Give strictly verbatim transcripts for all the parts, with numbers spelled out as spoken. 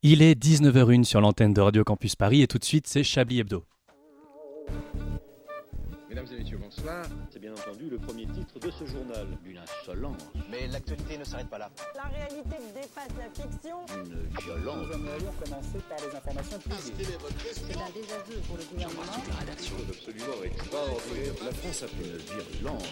Il est dix-neuf heures zéro un sur l'antenne de Radio Campus Paris et tout de suite c'est Chablis Hebdo. Mesdames et messieurs, bonsoir. C'est bien entendu le premier titre de ce journal. Une insolence. Mais l'actualité ne s'arrête pas là. La réalité dépasse la fiction. Une violence. Nous aimerions commencer par les informations privées. C'est un désaveu pour le gouvernement. La rédaction est absolument extraordinaire. La France a fait une virulence.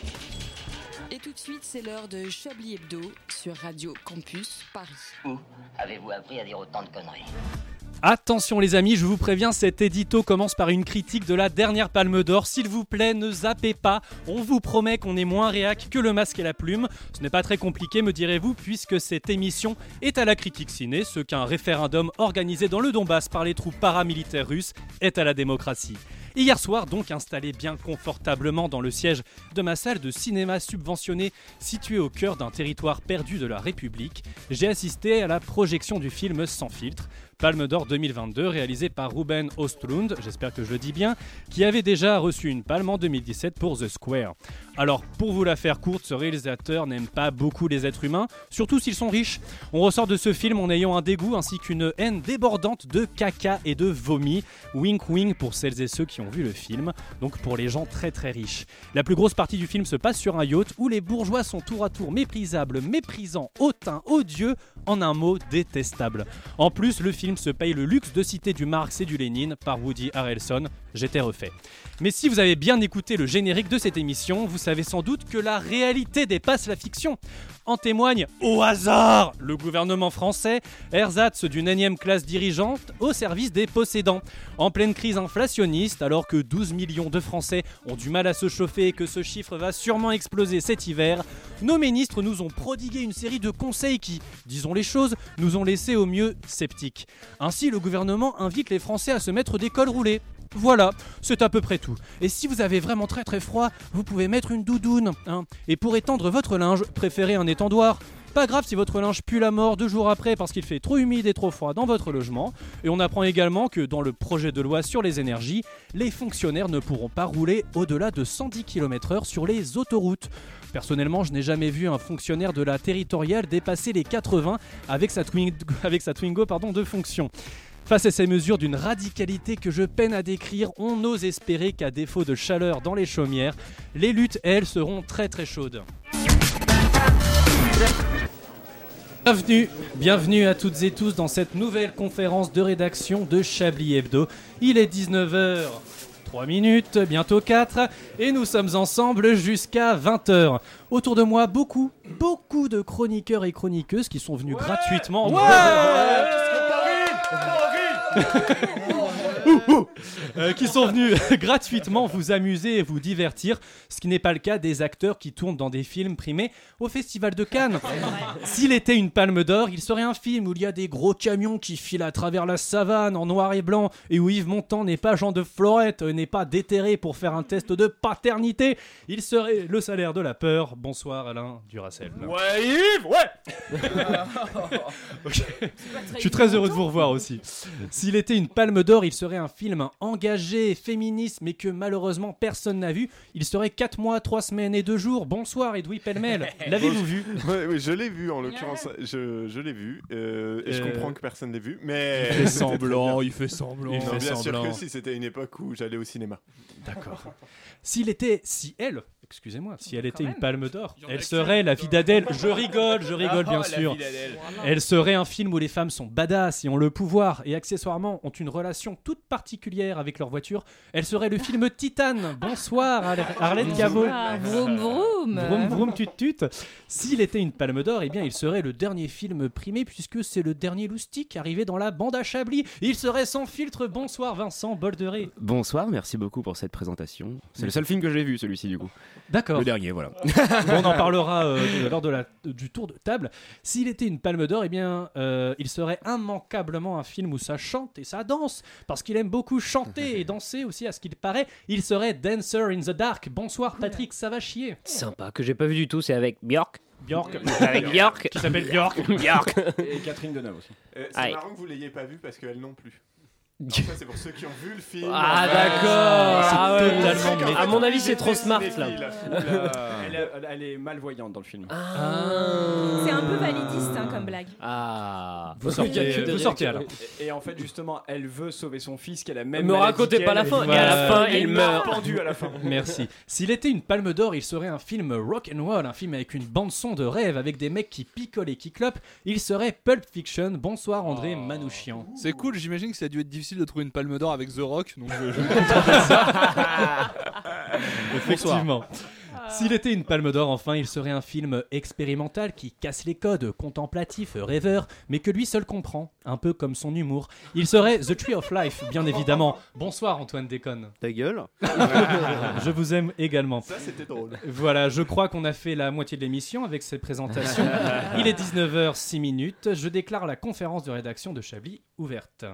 Et tout de suite, c'est l'heure de Chablis Hebdo sur Radio Campus Paris. Où avez-vous appris à dire autant de conneries ? Attention les amis, je vous préviens, cet édito commence par une critique de la dernière Palme d'Or. S'il vous plaît, ne zappez pas, on vous promet qu'on est moins réac que le masque et la plume. Ce n'est pas très compliqué, me direz-vous, puisque cette émission est à la critique ciné, ce qu'un référendum organisé dans le Donbass par les troupes paramilitaires russes est à la démocratie. Hier soir, donc installé bien confortablement dans le siège de ma salle de cinéma subventionnée située au cœur d'un territoire perdu de la République, j'ai assisté à la projection du film Sans filtre, Palme d'Or deux mille vingt-deux, réalisé par Ruben Östlund, j'espère que je le dis bien, qui avait déjà reçu une palme en deux mille dix-sept pour The Square. Alors, pour vous la faire courte, ce réalisateur n'aime pas beaucoup les êtres humains, surtout s'ils sont riches. On ressort de ce film en ayant un dégoût ainsi qu'une haine débordante de caca et de vomi. Wink wink pour celles et ceux qui ont vu le film, donc pour les gens très très riches. La plus grosse partie du film se passe sur un yacht où les bourgeois sont tour à tour méprisables, méprisants, hautains, odieux, en un mot détestable. En plus, le film se paye le luxe de citer du Marx et du Lénine par Woody Harrelson. J'étais refait. Mais si vous avez bien écouté le générique de cette émission, vous savez sans doute que la réalité dépasse la fiction. En témoigne, au hasard, le gouvernement français, ersatz d'une énième classe dirigeante au service des possédants. En pleine crise inflationniste, alors que douze millions de Français ont du mal à se chauffer et que ce chiffre va sûrement exploser cet hiver, nos ministres nous ont prodigué une série de conseils qui, disons les choses, nous ont laissés au mieux sceptiques. Ainsi, le gouvernement invite les Français à se mettre des cols roulés. Voilà, c'est à peu près tout. Et si vous avez vraiment très très froid, vous pouvez mettre une doudoune. Hein. Et pour étendre votre linge, préférez un étendoir. Pas grave si votre linge pue la mort deux jours après parce qu'il fait trop humide et trop froid dans votre logement. Et on apprend également que dans le projet de loi sur les énergies, les fonctionnaires ne pourront pas rouler au-delà de cent dix kilomètres heure sur les autoroutes. Personnellement, je n'ai jamais vu un fonctionnaire de la territoriale dépasser les quatre-vingts avec sa, twing- avec sa Twingo pardon, de fonction. Face à ces mesures d'une radicalité que je peine à décrire, on ose espérer qu'à défaut de chaleur dans les chaumières, les luttes, elles, seront très très chaudes. Bienvenue, bienvenue à toutes et tous dans cette nouvelle conférence de rédaction de Chablis Hebdo. Il est dix-neuf heures trois minutes, bientôt quatre, et nous sommes ensemble jusqu'à vingt heures. Autour de moi, beaucoup, beaucoup de chroniqueurs et chroniqueuses qui sont venus ouais gratuitement... Ouais, ouais ouh, ouh. Euh, qui sont venus gratuitement vous amuser et vous divertir, ce qui n'est pas le cas des acteurs qui tournent dans des films primés au Festival de Cannes. S'il était une palme d'or, il serait un film où il y a des gros camions qui filent à travers la savane en noir et blanc et où Yves Montand n'est pas Jean de Florette, n'est pas déterré pour faire un test de paternité. Il serait le salaire de la peur. Bonsoir Alain Duracell. Ouais Yves, ouais. Okay. Je suis très heureux de vous revoir aussi. S'il était une palme d'or, il serait un film engagé, féministe, mais que malheureusement personne n'a vu. Il serait quatre mois, trois semaines et deux jours. Bonsoir Edoui Pellemel. L'avez-vous vu ? Oui, oui, je l'ai vu en l'occurrence. Je, je l'ai vu. Euh, et euh... je comprends que personne l'ait vu. Mais il fait semblant, il fait semblant. Il fait non, bien semblant. sûr que si, c'était une époque où j'allais au cinéma. D'accord. S'il était, si elle, excusez-moi, si elle était une palme d'or, elle serait La vie d'Adèle. Je rigole, je rigole bien sûr. Elle serait un film où les femmes sont badass et ont le pouvoir et accessoirement ont une relation toute particulière avec leur voiture. Elle serait le film Titane. Bonsoir Arlette Cabot. Vroom vroom. Vroom vroom tut tut. S'il était une palme d'or, eh bien il serait le dernier film primé puisque c'est le dernier loustic arrivé dans la bande à Chablis. Il serait Sans filtre. Bonsoir Vincent Bolderet. Bonsoir, merci beaucoup pour cette présentation. C'est le seul film que j'ai vu, celui-ci du coup. D'accord. Le dernier, voilà. Bon, on en parlera euh, lors de la, du tour de table. S'il était une palme d'or, eh bien, euh, il serait immanquablement un film où ça chante et ça danse, parce qu'il aime beaucoup chanter et danser aussi, à ce qu'il paraît. Il serait Dancer in the Dark. Bonsoir Patrick, ça va chier. Sympa, que j'ai pas vu du tout, c'est avec Björk. Björk. Avec Björk. Qui s'appelle Björk. Björk. Et Catherine Deneuve aussi. Euh, c'est Aïe. Marrant que vous l'ayez pas vu parce qu'elle non plus. Ça, c'est pour ceux qui ont vu le film. Ah, Ouais. d'accord. C'est Ah, ouais. totalement À mon avis, c'est trop smart, là. Elle, est- elle est malvoyante dans le film. C'est un peu validiste hein, comme blague. Ah. Vous sortez, vous sortez alors. Et, et en fait, justement, elle veut sauver son fils qu'elle a même. Me racontez pas la fin. Et à la fin, il meurt. Pendu à la fin. Merci. S'il était une palme d'or, il serait un film rock and roll, un film avec une bande son de rêve, avec des mecs qui picolent et qui clopent. Il serait Pulp Fiction. Bonsoir André Manouchian. C'est cool, j'imagine que ça a dû être difficile de trouver une palme d'or avec The Rock, donc je, je me contente de ça. Effectivement. S'il était une palme d'or, enfin, il serait un film expérimental qui casse les codes, contemplatif, rêveur, mais que lui seul comprend, un peu comme son humour. Il serait The Tree of Life, bien évidemment. Bonsoir Antoine Déconne. Ta gueule. Je vous aime également. Ça, c'était drôle. Voilà, je crois qu'on a fait la moitié de l'émission avec cette présentation. Il est dix-neuf heures six minutes. Je déclare la conférence de rédaction de Chablis ouverte.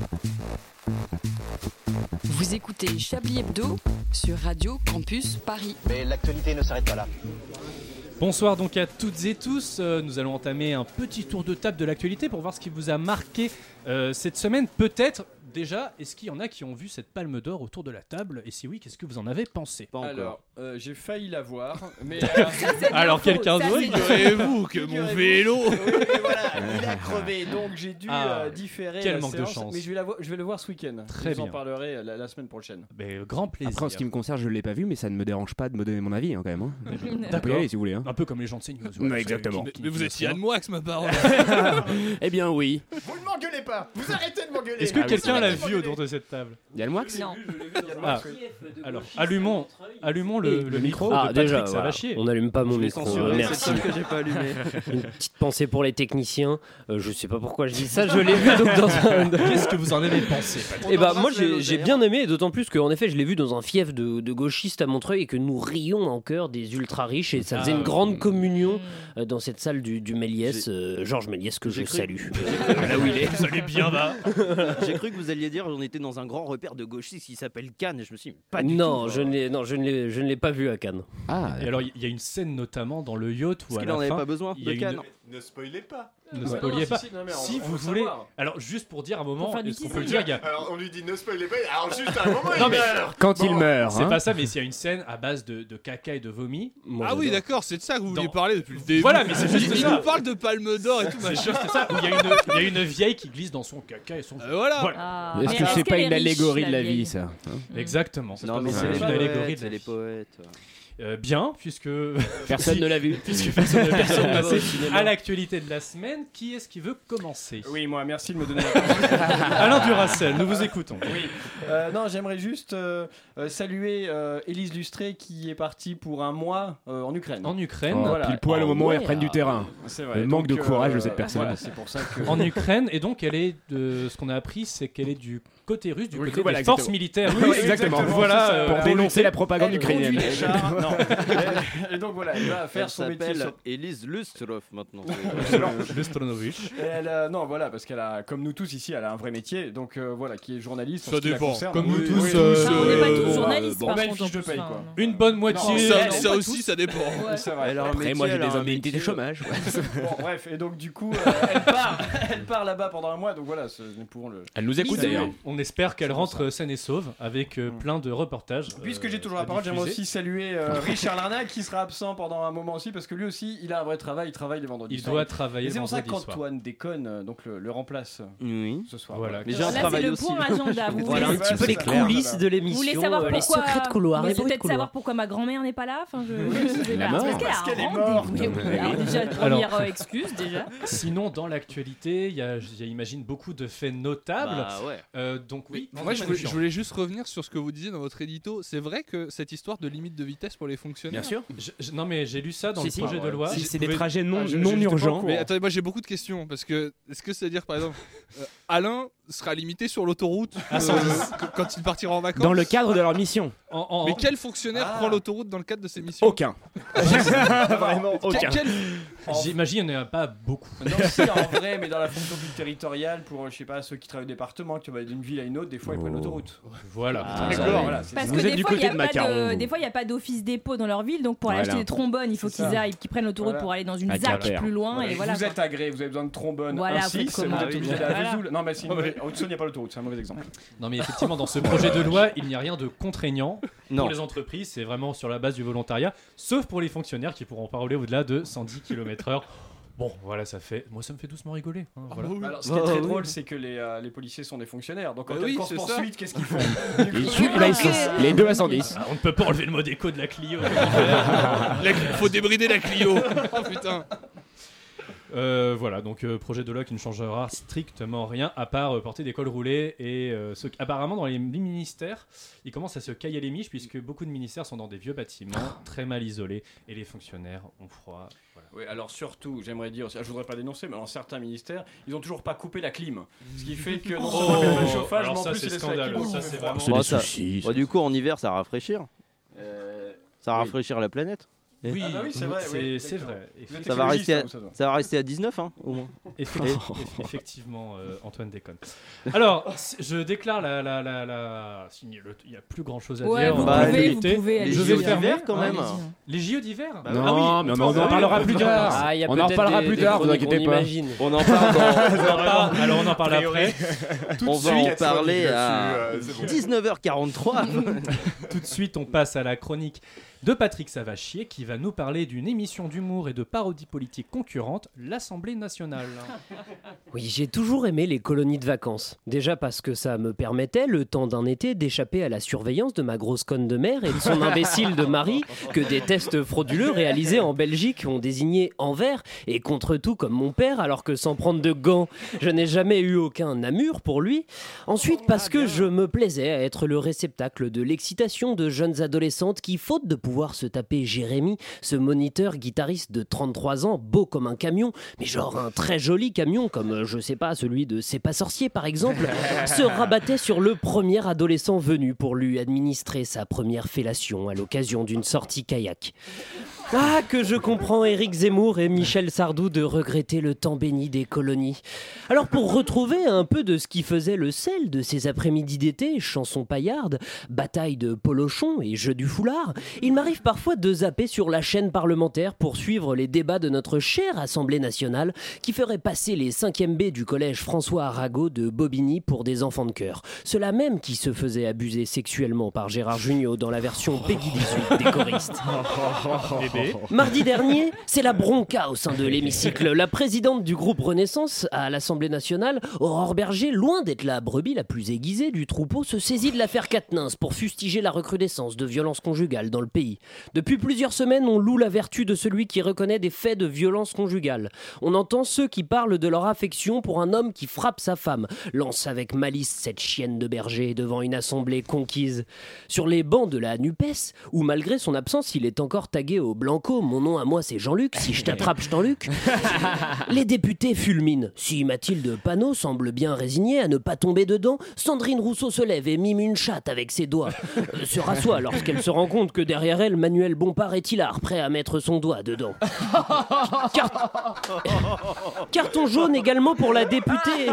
Vous écoutez Chablis Hebdo sur Radio Campus Paris. Mais l'actualité ne s'arrête pas là. Bonsoir donc à toutes et tous. Euh, nous allons entamer un petit tour de table de l'actualité pour voir ce qui vous a marqué euh, cette semaine. Peut-être déjà, est-ce qu'il y en a qui ont vu cette palme d'or autour de la table? Et si oui, qu'est-ce que vous en avez pensé? Pas encore. Alors, euh, j'ai failli la voir, mais. Alors quelqu'un d'autre? Figurez-vous que mon vélo. Oui, mais voilà, il a crevé, donc j'ai dû Ah, euh, différer quel la manque de séance, chance. Mais je vais, la vo- je vais le voir ce week-end. Très je vous bien. en parlerai la, la semaine prochaine. Mais, grand plaisir. Après, en ce qui me concerne, je l'ai pas vu, mais ça ne me dérange pas de me donner mon avis hein, quand même. Hein. On peut y aller si vous voulez. Hein. Un peu comme les gens de CNews. Ouais, voilà, exactement. qui- qui- Mais qui vous le êtes font. Yann Moix, ma parole. Eh bien oui. Vous ne m'engueulez pas. Vous arrêtez de m'engueuler. Est-ce que Ah oui, quelqu'un c'est l'a vrai. vu autour de cette table? Yann Moix. Non. Ah, alors allumons, allumons le, le micro Ah, de Patrick, déjà, ça voilà. va chier. On n'allume pas mon Je l'ai micro. censuré, euh, c'est merci. le seul que j'ai pas allumé. Une petite pensée pour les techniciens. Euh, je sais pas pourquoi je dis ça. Je l'ai vu donc dans un. Qu'est-ce que vous en avez pensé, Patrick? Et bah embrasse moi les j'ai locataires. j'ai bien aimé, d'autant plus qu'en effet je l'ai vu dans un fief de, de gauchistes à Montreuil et que nous rions en chœur des ultra riches et ça faisait Ah, une oui. grande communion euh, dans cette salle du, du Méliès, euh, Georges Méliès que je J'ai cru- salue. Euh, là où il est. Vous allez bien, va. J'ai cru que vous alliez dire on était dans un grand repère de gauchistes qui s'appelle Cannes et je me suis dit pas du Non, tout. je ne l'ai non, je ne l'ai je ne l'ai pas vu à Cannes. Ah. Et alors, il y a une scène notamment dans le yacht où Parce à qu'il la en avait fin, pas besoin il y a de une- Cannes. Ne spoilez pas. Ne Ouais. spoiliez Non, pas. si, si, non, mais on- Si on vous veut voulez. savoir. Alors, juste pour dire un moment, Pour faire du est-ce qu'on teasing. peut le dire, il y a- Alors, on lui dit ne spoilez pas. Alors, juste à un moment, Non, il mais- meurt. Quand il Bon. meurt. C'est hein. pas ça, mais s'il y a une scène à base de, de caca et de vomi. Moi, Ah oui, j'adore. d'accord, c'est de ça que vous vouliez Dans- parler depuis le début. Voilà, mais c'est juste Il ça. nous parle de palme d'or et tout, C'est machin. juste ça, où il y, a une- il y a une vieille qui glisse dans son caca et son. Euh, voilà. Voilà. Ah, Est-ce mais que c'est pas qu'elle une est riche, allégorie de la vieille vie, ça hein? Exactement. Non, mais c'est c'est une les allégorie poètes, de la c'est les vie. poètes. Euh, bien, puisque Personne ne l'a vu. puisque personne ne Personne personne ne va passé au cinéma. à l'actualité de la semaine. Qui est-ce qui veut commencer? Oui, moi, merci de me donner la parole. Alain Duracell, nous vous écoutons. Oui. Euh, non, j'aimerais juste euh, euh, saluer euh, Élise Lustré qui est partie pour un mois euh, en Ukraine. En Ukraine, Oh, Voilà. Pile poil au Oh, moment où ils ouais. reprennent du terrain. C'est vrai. Le manque Donc, de courage de cette personne. Voilà, c'est pour ça que. en Ukraine, et donc elle est de ce qu'on a appris, c'est qu'elle est du côté russe, du Oui, côté voilà, des forces exactement. militaires. Oui, russes. exactement. Voilà, C'est ça, euh, Pour voilà. dénoncer la propagande Elle ukrainienne. conduit des chars. Non. Et- Et donc voilà, elle va faire Elle son métier. s'appelle sur- Élise Lustrov maintenant. le Stronovich. Et elle, euh, non, voilà, parce qu'elle a, comme nous tous ici, elle a un vrai métier. Donc euh, voilà, qui est journaliste. en Ça ce qui la dépend. concerne. Comme nous Oui, tous, oui, euh, oui. Ah, on n'est pas Euh, tous bon, journalistes, bon, par on a une contre, fiche de en plus, paye, hein. quoi. Une bonne Non, moitié. Ça, elle- ça pas aussi, tous. ça dépend. Ouais, c'est vrai. Elle a un Après, moi, j'ai métier, des elle a un indemnités de métier. chômage. Bon, bref, et donc du coup, euh, elle part, elle part là-bas pendant un mois. Donc voilà, ce- nous pouvons le. Elle nous écoute Bisous. d'ailleurs. On espère qu'elle C'est pour rentre saine et sauve avec euh, Mm. plein de reportages. Puisque euh, j'ai toujours à la parole, j'aimerais diffuser. aussi saluer euh, Richard Larnac qui sera absent pendant un moment aussi parce que lui aussi, il a un vrai travail. Il travaille les vendredis. Il soirs. doit Et travailler c'est le pour ça vendredi soir. qu'Antoine déconne, euh, donc le, le remplace Oui. ce soir. Voilà. Mais j'ai Alors un là, c'est travail le aussi. point agenda. Vous Voilà un voulez, Ouais, petit peu c'est les ça. coulisses de vous l'émission, voulez savoir euh, pourquoi les secrets de couloir, Vous les voulez bruits de peut-être savoir couloir. pourquoi ma grand-mère n'est pas là. Enfin, je. je sais La pas. mort. Parce qu'elle a Parce qu'elle est un morte. rendez-vous. Oui, alors déjà, première euh, excuse déjà. Sinon, dans l'actualité, il y a, il y a, imagine, beaucoup de faits notables. Bah ouais. Euh, donc oui. Moi, je voulais, je voulais juste revenir sur ce que vous disiez dans votre édito. C'est vrai que cette histoire de limite de vitesse pour les fonctionnaires. Bien sûr. Je- je- non mais j'ai lu ça dans Si, le si. projet Ah de ouais. loi. Si, Vous c'est des pouvez- trajets non, Ah, je- non j'étais pas au urgents. courant. Mais attendez, moi j'ai beaucoup de questions parce que est-ce que c'est à dire par exemple, euh, Alain sera limité sur l'autoroute À cent dix. euh, quand il partira en vacances Dans le cadre de leur mission. En- en- Mais quel fonctionnaire Ah. prend l'autoroute dans le cadre de ses missions Aucun. Vraiment aucun. Quel- J'imagine qu'il n'y en a pas beaucoup. Non, si, en vrai, mais dans la fonction publique territoriale, pour, euh, je sais pas, ceux qui travaillent au département, qui vont d'une ville à une autre, des fois, ils prennent Oh. l'autoroute. Voilà. Ah, D'accord, ouais. voilà, c'est Parce ça. Vous que êtes des du fois, il côté n'y a, de pas Macaron, de- vous. des fois, il y a pas d'office dépôt dans leur ville, donc pour aller Voilà. acheter des trombones, il faut C'est qu'ils ça. aillent, qu'ils prennent l'autoroute Voilà. pour aller dans une À Z A C Quimper. plus loin. Voilà, Et voilà. vous quoi. êtes agréé, vous avez besoin de trombone Voilà, un faites six, comment. vous Ah êtes oui. obligé d'aller à Voilà. Vesoul. Non, mais c'est une, Ouais. En Haute-Saône, il n'y a pas l'autoroute, c'est un mauvais exemple. Non, mais effectivement, dans ce projet de loi, il n'y a rien de contraignant Non. pour les entreprises. C'est vraiment sur la base du volontariat, sauf pour les fonctionnaires qui pourront pas rouler au-delà de cent dix kilomètres heure. Bon, voilà, ça fait. Moi, ça me fait doucement rigoler. hein, voilà. Alors, ce qui est très drôle, c'est que les, euh, les policiers sont des fonctionnaires. Donc, en Bah cas oui, de course c'est ça. poursuite, qu'est-ce qu'ils font Ils suivent la S S. Les deux à cent dix. Ah, on ne peut pas enlever le mode écho de la Clio. Il faut débrider la Clio. Oh putain. Euh, voilà, donc euh, projet de loi qui ne changera strictement rien à part euh, porter des cols roulés et euh, ce... apparemment dans les ministères ils commencent à se cailler les miches puisque beaucoup de ministères sont dans des vieux bâtiments très mal isolés et les fonctionnaires ont froid. Voilà. Oui, alors surtout, j'aimerais dire, je voudrais pas dénoncer, mais dans certains ministères, ils ont toujours pas coupé la clim. Ce qui fait que non seulement il y a le chauffage, alors mais en ça, plus c'est il laisse la scandaleux. clim. Ça, c'est vraiment- C'est Bon, des ça- soucis. Bon, du coup, en hiver, ça va rafraîchir. Euh, Ça va oui. rafraîchir la planète. Oui, Ah bah oui, c'est vrai, c'est, oui, c'est d'accord. vrai. Vous êtes Ça va, rester à, écologiste, hein, ça ça va rester à dix-neuf, hein, au moins. Effe- eff- effectivement, euh, Antoine déconne. Alors, c- je déclare la. la, la, la... si, le- Il n'y a plus grand chose à Ouais, dire. vous en Bah, pouvez, réalité. vous pouvez. les Je allez-y. vais J O fermer d'hiver, quand même. Allez-y. Les J O d'hiver Non, Ah oui, mais on en toi, parlera oui, plus on tard. Ah, il y a On en peut-être reparlera des- plus des tard, vous chroniques, inquiétez on pas. imagine. On en parle dans... On en parle- Alors on en parle après. Tout On de va en suite, parler dessus, à euh, c'est bon. dix-neuf heures quarante-trois. Tout de suite, on passe à la chronique de Patrick Savachier qui va nous parler d'une émission d'humour et de parodie politique concurrente, l'Assemblée nationale. Oui, j'ai toujours aimé les colonies de vacances. Déjà parce que ça me permettait, le temps d'un été, d'échapper à la surveillance de ma grosse conne de mère et de son imbécile de mari, que des tests frauduleux réalisés en Belgique ont désigné envers et contre tout comme mon père, alors que sans prendre de gants, je n'ai jamais eu aucun Namur pour lui. Ensuite, parce que je me plaisais à être le réceptacle de l'excitation de jeunes adolescentes qui, faute de pouvoir se taper Jérémy, ce moniteur guitariste de trente-trois ans, beau comme un camion, mais genre un très joli camion, comme euh, je sais pas, celui de C'est pas sorcier par exemple, se rabattait sur le premier adolescent venu pour lui administrer sa première fellation à l'occasion d'une sortie kayak. Ah, que je comprends Éric Zemmour et Michel Sardou de regretter le temps béni des colonies. Alors pour retrouver un peu de ce qui faisait le sel de ces après-midi d'été, chansons paillardes, bataille de polochons et jeux du foulard, il m'arrive parfois de zapper sur la chaîne parlementaire pour suivre les débats de notre chère Assemblée nationale qui ferait passer les cinquième B du collège François Arago de Bobigny pour des enfants de cœur. Ceux-là même qui se faisaient abuser sexuellement par Gérard Jugnot dans la version Peggy dix-huit des choristes. Mardi dernier, c'est la bronca au sein de l'hémicycle. La présidente du groupe Renaissance à l'Assemblée nationale, Aurore Berger, loin d'être la brebis la plus aiguisée du troupeau, se saisit de l'affaire Quatennens pour fustiger la recrudescence de violences conjugales dans le pays. Depuis plusieurs semaines, on loue la vertu de celui qui reconnaît des faits de violence conjugale. On entend ceux qui parlent de leur affection pour un homme qui frappe sa femme, lance avec malice cette chienne de berger devant une assemblée conquise. Sur les bancs de la NUPES, où malgré son absence, il est encore tagué au Blanco, mon nom à moi c'est Jean-Luc, si je t'attrape je t'en-Luc. Les députés fulminent. Si Mathilde Panot semble bien résignée à ne pas tomber dedans, Sandrine Rousseau se lève et mime une chatte avec ses doigts. Euh, se rassoit lorsqu'elle se rend compte que derrière elle, Manuel Bompard est hilar, prêt à mettre son doigt dedans. Car- Carton jaune également pour la députée.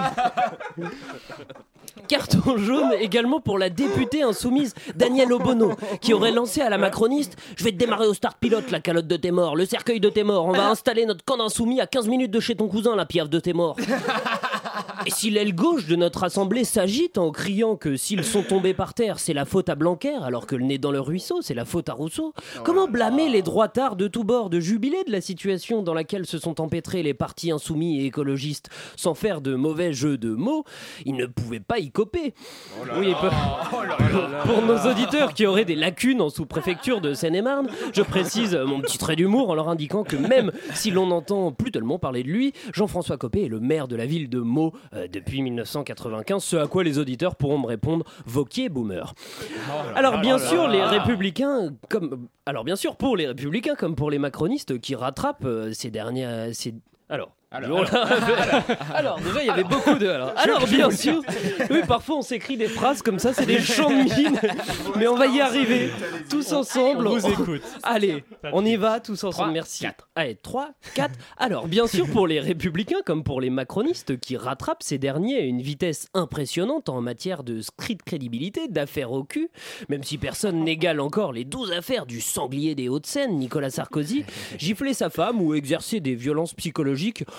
Carton jaune également pour la députée insoumise Danielle Obono, qui aurait lancé à la macroniste « Je vais te démarrer au start pilote, la calotte de tes morts, le cercueil de tes morts, on va installer notre camp d'insoumis à quinze minutes de chez ton cousin, la piave de tes morts. » Et si l'aile gauche de notre assemblée s'agite en criant que s'ils sont tombés par terre, c'est la faute à Blanquer, alors que le nez dans le ruisseau, c'est la faute à Rousseau, comment blâmer les droitards de tous bords de jubiler de la situation dans laquelle se sont empêtrés les partis insoumis et écologistes sans faire de mauvais jeux de mots? Ils ne pouvaient pas y coper. Oui, pour, pour nos auditeurs qui auraient des lacunes en sous-préfecture de Seine-et-Marne, je précise mon petit trait d'humour en leur indiquant que même si l'on n'entend plus tellement parler de lui, Jean-François Copé est le maire de la ville de Meaux euh, depuis dix-neuf cent quatre-vingt-quinze, ce à quoi les auditeurs pourront me répondre « Vauquier boomer ». Alors bien sûr, les républicains, comme... Alors bien sûr, pour les républicains comme pour les macronistes qui rattrapent euh, ces dernières... Ces... Alors... Alors, alors, alors, déjà il y avait beaucoup de alors, alors bien sûr oui parfois on s'écrit des phrases comme ça, c'est des chants de mine, mais on va y arriver tous ensemble. On vous écoute. Allez, on y va tous ensemble. Merci. Allez, trois, quatre. Alors bien sûr pour les républicains comme pour les macronistes qui rattrapent ces derniers à une vitesse impressionnante en matière de street crédibilité, d'affaires au cul, même si personne n'égale encore les douze affaires du sanglier des Hauts-de-Seine, Nicolas Sarkozy, gifler sa femme ou exercer des violences psychologiques.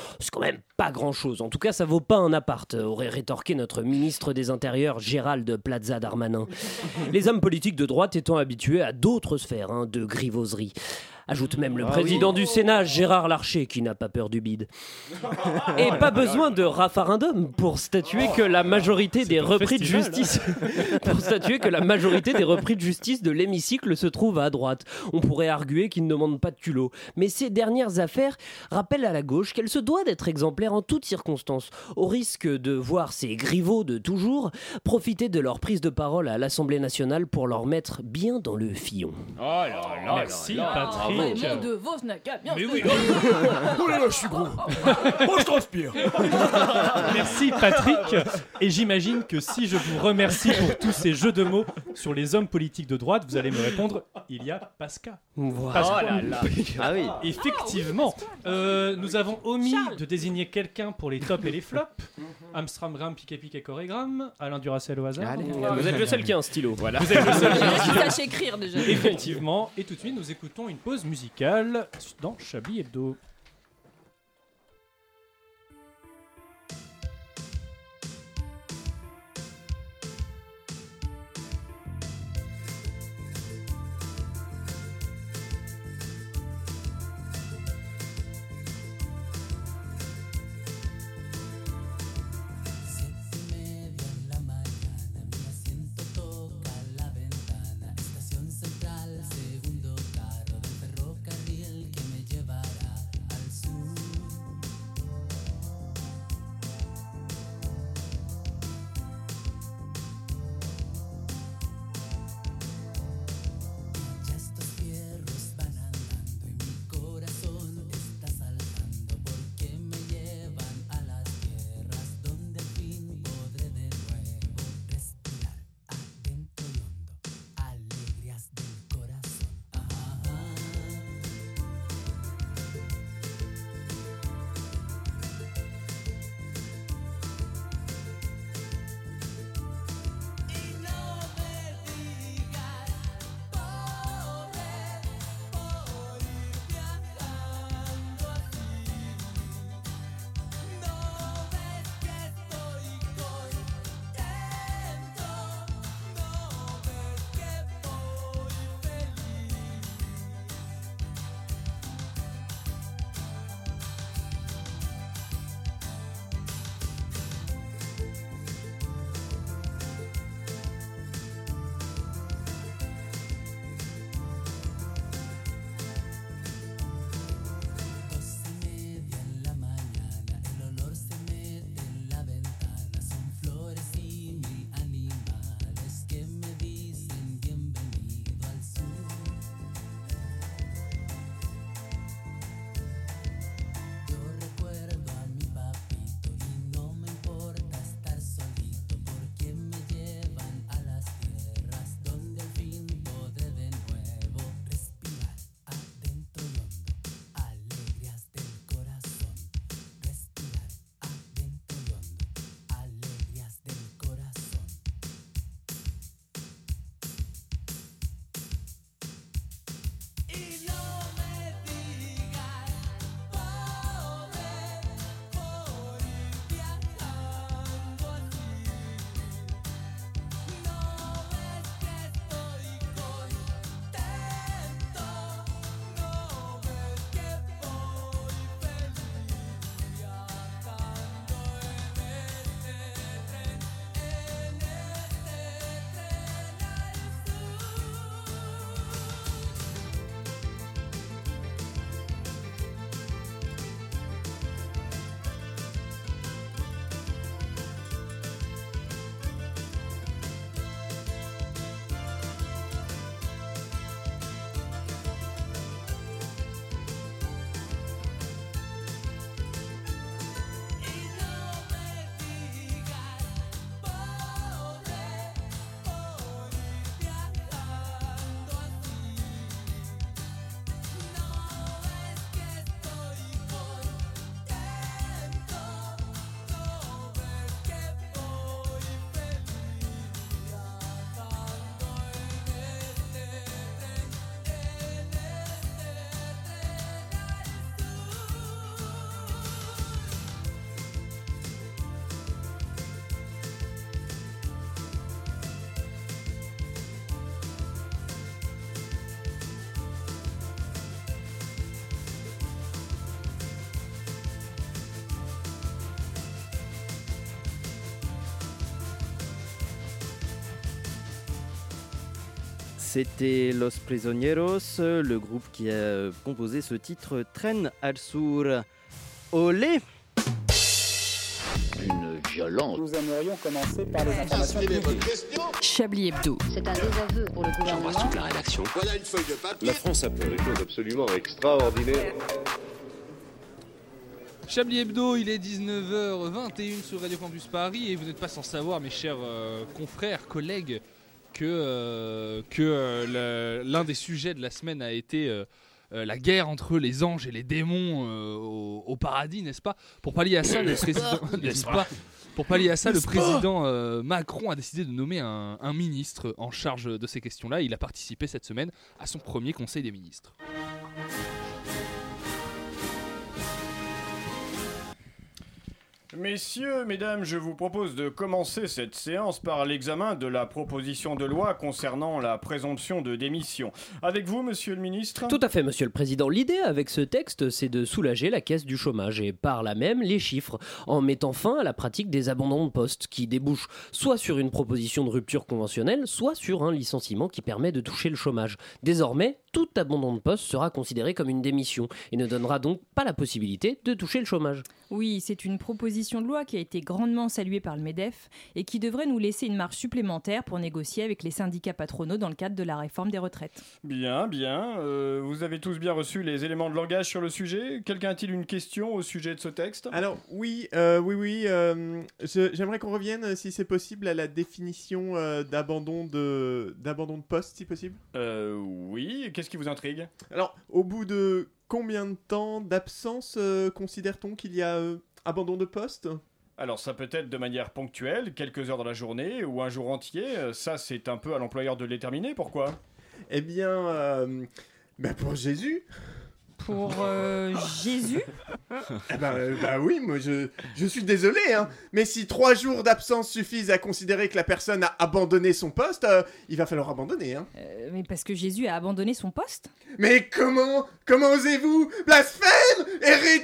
C'est quand même pas grand-chose. En tout cas, ça vaut pas un appart, aurait rétorqué notre ministre des Intérieurs, Gérald Plaza Darmanin. Les hommes politiques de droite étant habitués à d'autres sphères hein, de grivoserie. Ajoute même le Ah président oui. du Sénat, Gérard Larcher, qui n'a pas peur du bide. Et pas besoin de référendum pour statuer que la majorité des un repris de festival, justice, pour statuer que la majorité des repris de justice de l'hémicycle se trouve à droite. On pourrait arguer qu'ils ne demandent pas de culot, mais ces dernières affaires rappellent à la gauche qu'elle se doit d'être exemplaire en toutes circonstances, au risque de voir ces griveaux de toujours profiter de leur prise de parole à l'Assemblée nationale pour leur mettre bien dans le fillon. Oh là là, merci Patrick. Raymond de Vosnaca, bien Mais sûr. oui. Oh là là, je suis gros. Oh, je transpire. Merci Patrick. Et j'imagine que si je vous remercie pour tous ces jeux de mots sur les hommes politiques de droite, vous allez me répondre, il y a Pascal. Voilà. Pascal. Oh là là. Ah oui. Effectivement, euh, nous avons omis de désigner quelqu'un pour les tops et les flops. Amstramgram, Piqué Piqué, Chorégramme, Alain Duracell au hasard. Allez, vous êtes le seul qui a un stylo. Voilà. Vous êtes le seul qui a un Qui stylo. sache écrire déjà. Effectivement. Et tout de suite, nous écoutons une pause musicale dans Chablis Hebdo. Estación central, segundo carro del ferrocarril que me llevará C'était Los Prisioneros, le groupe qui a composé ce titre Tren al Sur. Olé! Une violence. Nous aimerions commencer par les informations publiques. Chablis Hebdo. C'est un désaveu pour le gouvernement. J'embrasse toute la rédaction. Voilà une feuille de papier. La France a fait des choses absolument extraordinaires. Chablis Hebdo, il est dix-neuf heures vingt et une sur Radio Campus Paris et vous n'êtes pas sans savoir, mes chers euh, confrères, collègues, que, euh, que euh, le, l'un des sujets de la semaine a été euh, euh, la guerre entre les anges et les démons euh, au, au paradis, n'est-ce pas ? Pour pallier à ça, le président, n'est-ce pas ? Pour pallier à ça, le président euh, Macron a décidé de nommer un, un ministre en charge de ces questions-là. Il a participé cette semaine à son premier Conseil des ministres. Messieurs, mesdames, je vous propose de commencer cette séance par l'examen de la proposition de loi concernant la présomption de démission. Avec vous, monsieur le ministre ? Tout à fait, monsieur le président. L'idée avec ce texte, c'est de soulager la caisse du chômage et par là même les chiffres, en mettant fin à la pratique des abandons de poste qui débouchent soit sur une proposition de rupture conventionnelle, soit sur un licenciement qui permet de toucher le chômage. Désormais, tout abandon de poste sera considéré comme une démission et ne donnera donc pas la possibilité de toucher le chômage. Oui, c'est une proposition de loi qui a été grandement saluée par le MEDEF et qui devrait nous laisser une marge supplémentaire pour négocier avec les syndicats patronaux dans le cadre de la réforme des retraites. Bien, bien. Euh, vous avez tous bien reçu les éléments de langage sur le sujet. Quelqu'un a-t-il une question au sujet de ce texte ? Alors, oui, euh, oui, oui. Euh, je, j'aimerais qu'on revienne, si c'est possible, à la définition euh, d'abandon, de, d'abandon de poste, si possible. Euh, oui. Qu'est-ce qui vous intrigue ? Alors, au bout de combien de temps d'absence euh, considère-t-on qu'il y a euh, abandon de poste ? Alors ça peut être de manière ponctuelle, quelques heures dans la journée ou un jour entier. Ça, c'est un peu à l'employeur de le déterminer. Pourquoi ? Eh bien, euh, ben pour Jésus. Pour euh, Jésus ? Eh ben, euh, bah oui, moi je, je suis désolé, hein, mais si trois jours d'absence suffisent à considérer que la personne a abandonné son poste, euh, il va falloir abandonner. Hein. Euh, mais parce que Jésus a abandonné son poste ? Mais comment Comment osez-vous ? Blasphème ? Hérétique ?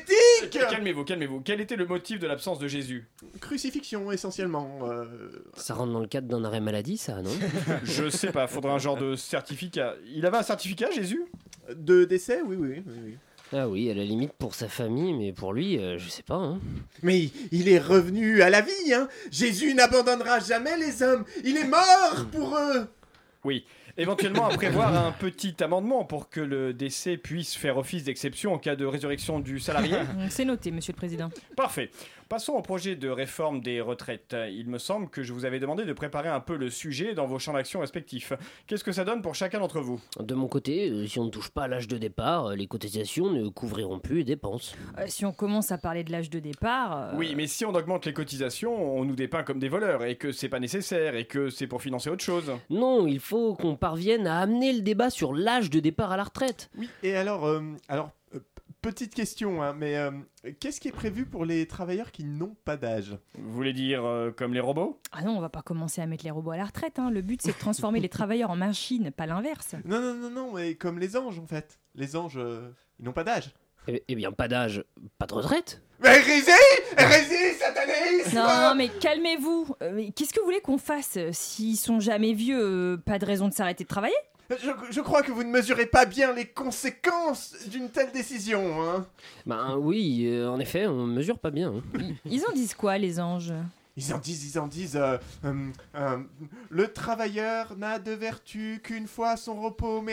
Calmez-vous, calmez-vous. Quel était le motif de l'absence de Jésus ? Crucifixion, essentiellement. Euh... Ça rentre dans le cadre d'un arrêt maladie, ça, non ? Je sais pas, faudra un genre de certificat. Il avait un certificat, Jésus ? De décès ? Oui, oui, oui, oui. Ah oui, à la limite pour sa famille, mais pour lui, euh, je sais pas. Hein. Mais il est revenu à la vie, hein. Jésus n'abandonnera jamais les hommes. Il est mort pour eux. Oui. Éventuellement à prévoir un petit amendement pour que le décès puisse faire office d'exception en cas de résurrection du salarié. C'est noté, monsieur le président. Parfait. Passons au projet de réforme des retraites. Il me semble que je vous avais demandé de préparer un peu le sujet dans vos champs d'action respectifs. Qu'est-ce que ça donne pour chacun d'entre vous ? De mon côté, euh, si on ne touche pas à l'âge de départ, euh, les cotisations ne couvriront plus les dépenses. Euh, si on commence à parler de l'âge de départ... Euh... Oui, mais si on augmente les cotisations, on nous dépeint comme des voleurs et que c'est pas nécessaire et que c'est pour financer autre chose. Non, il faut qu'on parvienne à amener le débat sur l'âge de départ à la retraite. Oui, et alors... Euh, alors euh, petite question, hein, mais euh, qu'est-ce qui est prévu pour les travailleurs qui n'ont pas d'âge ? Vous voulez dire euh, comme les robots ? Ah non, on va pas commencer à mettre les robots à la retraite. Hein. Le but, c'est de transformer les travailleurs en machines, pas l'inverse. Non, non, non, non, mais comme les anges, en fait. Les anges, euh, ils n'ont pas d'âge. Eh, eh bien, pas d'âge, pas de retraite. Mais hérésie ! Hérésie, satanisme ! Non, mais calmez-vous. Euh, mais qu'est-ce que vous voulez qu'on fasse ? S'ils sont jamais vieux, euh, pas de raison de s'arrêter de travailler ? Je, je crois que vous ne mesurez pas bien les conséquences d'une telle décision, hein. Ben oui, euh, en effet, on mesure pas bien. Hein. Ils en disent quoi, les anges ? Ils en disent, ils en disent, euh, euh, euh, le travailleur n'a de vertu qu'une fois son repos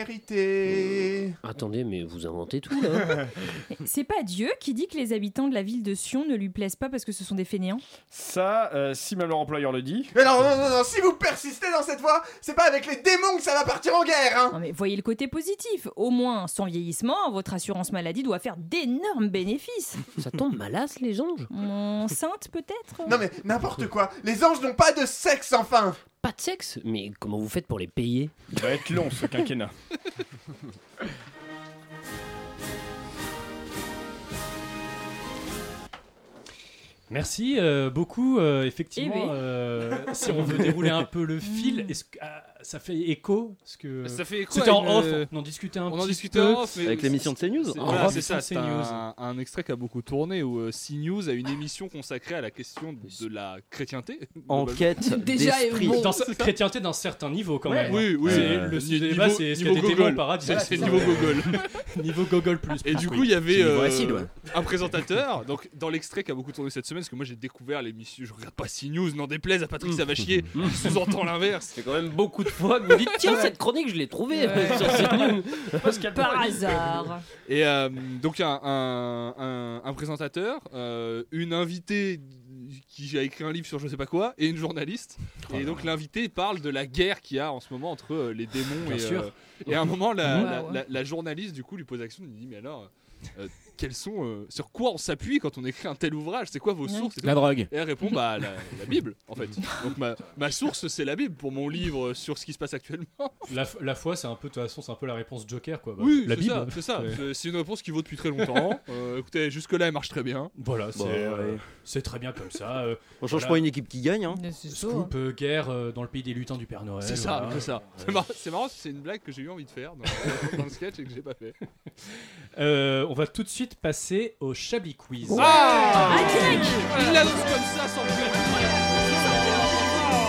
mérité. Euh, attendez, mais vous inventez tout, là. C'est pas Dieu qui dit que les habitants de la ville de Sion ne lui plaisent pas parce que ce sont des fainéants ? Ça, euh, si même leur employeur le dit... Mais non, non, non, non, si vous persistez dans cette voie, c'est pas avec les démons que ça va partir en guerre, hein. Non mais voyez le côté positif. Au moins, sans vieillissement, votre assurance maladie doit faire d'énormes bénéfices. Ça tombe malasse, les anges ? Enceinte, peut-être ? Non mais, n'importe quoi, les anges n'ont pas de sexe, enfin. Pas de sexe ? Mais comment vous faites pour les payer ? Il va être long, ce quinquennat. Merci euh, beaucoup. Euh, effectivement, Eh oui. euh, si on veut dérouler un peu le fil, est-ce que, euh, ça fait écho parce que Ça fait écho c'était à en une- off, on en discutait un On petit en discutait peu. en off, mais Avec l'émission de CNews. C'est, En voilà, off, c'est ça, c'est c'est CNews. un, un extrait qui a beaucoup tourné où euh, CNews a une émission consacrée à la question de la chrétienté. Enquête Déjà, d'esprit. bon. Dans sa chrétienté d'un certain niveau quand Ouais. même. Oui, oui. C'est- Euh, le niveau- débat, c'est est-ce qu'il y a des niveau démons au Gogol. paradis. C'est- Ouais, c'est ça. niveau Gogol. Niveau Gogol plus. Et plus, du oui. coup, il y avait C'est niveau euh, acide, ouais. un présentateur. Donc, dans l'extrait qui a beaucoup tourné cette semaine, parce que moi j'ai découvert l'émission, je regarde pas CNews, n'en déplaise à Patrick Savachier, il sous-entend l'inverse. C'est quand même beaucoup de fois que vous dites tiens, cette chronique, je l'ai trouvée Ouais. sur CNews. Par hasard. Et euh, donc, un, un, un, un présentateur, euh, une invitée qui a écrit un livre sur je sais pas quoi, et une journaliste. Oh et donc, l'invité parle de la guerre qu'il y a en ce moment entre euh, les démons Bien et. sûr. euh, et à un moment, la, Ouais, la, ouais. la- la journaliste, du coup, lui pose la question, lui dit mais alors. euh, quels sont, euh, sur quoi on s'appuie quand on écrit un tel ouvrage? C'est quoi vos Ouais. sources et tout. La drogue. Et elle répond bah la, la Bible en fait. Donc ma, ma source c'est la Bible pour mon livre sur ce qui se passe actuellement. La, la foi, c'est un peu de toute façon, c'est un peu la réponse Joker quoi. Bah, oui, la c'est Bible. ça, c'est ça. Ouais. C'est- C'est une réponse qui vaut depuis très longtemps. Euh, écoutez, jusque là elle marche très bien. Voilà, c'est Bon, euh, ouais. c'est très bien comme ça. euh, On change voilà. pas une équipe qui gagne. Hein. Mais c'est ça. Scoop, euh, guerre euh, dans le pays des lutins du Père Noël. C'est ça, voilà. c'est ça. C'est marrant, c'est marrant, c'est une blague que j'ai eu envie de faire dans, dans le sketch et que j'ai pas fait. Euh, on va tout de suite passer au Chablis Quiz. Ah, Ah, direct. Il l'annonce comme ça sans plus.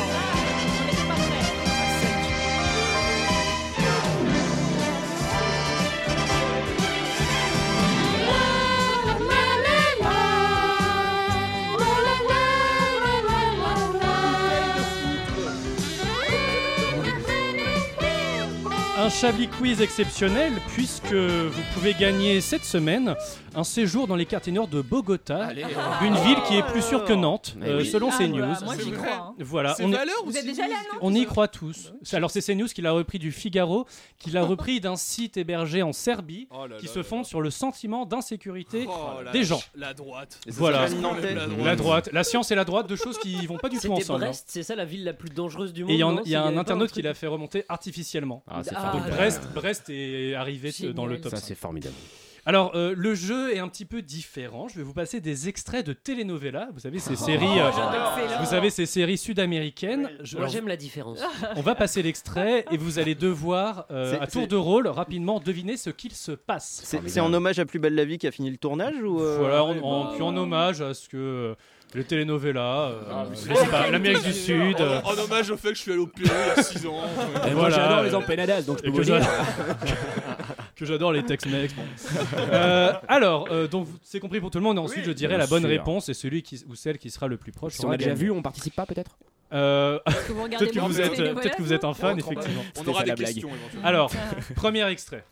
Un Chablis Quiz exceptionnel puisque vous pouvez gagner cette semaine un séjour dans les quartiers nord de Bogota, Allez. une ville qui est plus sûre que Nantes, Mais euh, oui. selon Ah, CNews. voilà, moi j'y C'est crois. vrai. hein. Voilà, C'est on, est- valeur Vous ou êtes c'est déjà allé à juste- Nantes on y croit tous. Alors c'est CNews qui l'a repris du Figaro, qui l'a repris d'un site hébergé en Serbie, Oh là qui là se là fonde là. sur le sentiment d'insécurité Oh, la- des gens. La droite. Et ça Voilà. s'appelle Nantais. La droite. La droite, la science et la droite, deux choses qui vont pas du tout C'était ensemble. hein. Brest, c'est ça la ville la plus dangereuse du monde. Et il y, en- non il y a S'il un avait pas internaute qui truc- l'a fait remonter artificiellement. Ah, c'est Ah, Donc formidable. Brest, Brest est arrivé Génial. dans le top Ça, cinq. c'est formidable. Alors, euh, le jeu est un petit peu différent. Je vais vous passer des extraits de telenovelas. Vous savez, ces séries, euh, j'adore. vous savez, ces séries sud-américaines. Je- Moi alors, j'aime la différence. on va passer l'extrait et vous allez devoir, euh, C'est- à tour c'est- de rôle, rapidement deviner ce qu'il se passe. C'est c'est en hommage à Plus belle la vie qui a fini le tournage ou euh, Voilà, en, ouais, en- bah, puis en hommage à ce que euh, les telenovelas, euh, Ah, je mais sais c'est- pas, l'Amérique du Sud. euh, En, en hommage au fait que je suis allé au Pérou il y a six ans. Et moi, voilà, j'adore les euh, empanadas, donc je et peux que vous dire. que j'adore les Tex-Mex. bon. Euh, alors, euh, donc c'est compris pour tout le monde. Et ensuite, je dirai bien la bonne sûr. réponse et celui qui, ou celle qui sera le plus proche. Si on sera a déjà gagné. vu, on participe pas peut-être Euh, Est-ce que vous regardez Peut-être que, beaucoup vous de êtes, télénovelas, peut-être que vous êtes un fan, On croit pas. effectivement. On C'était aura ça, des la blague. questions éventuellement. Alors, premier extrait.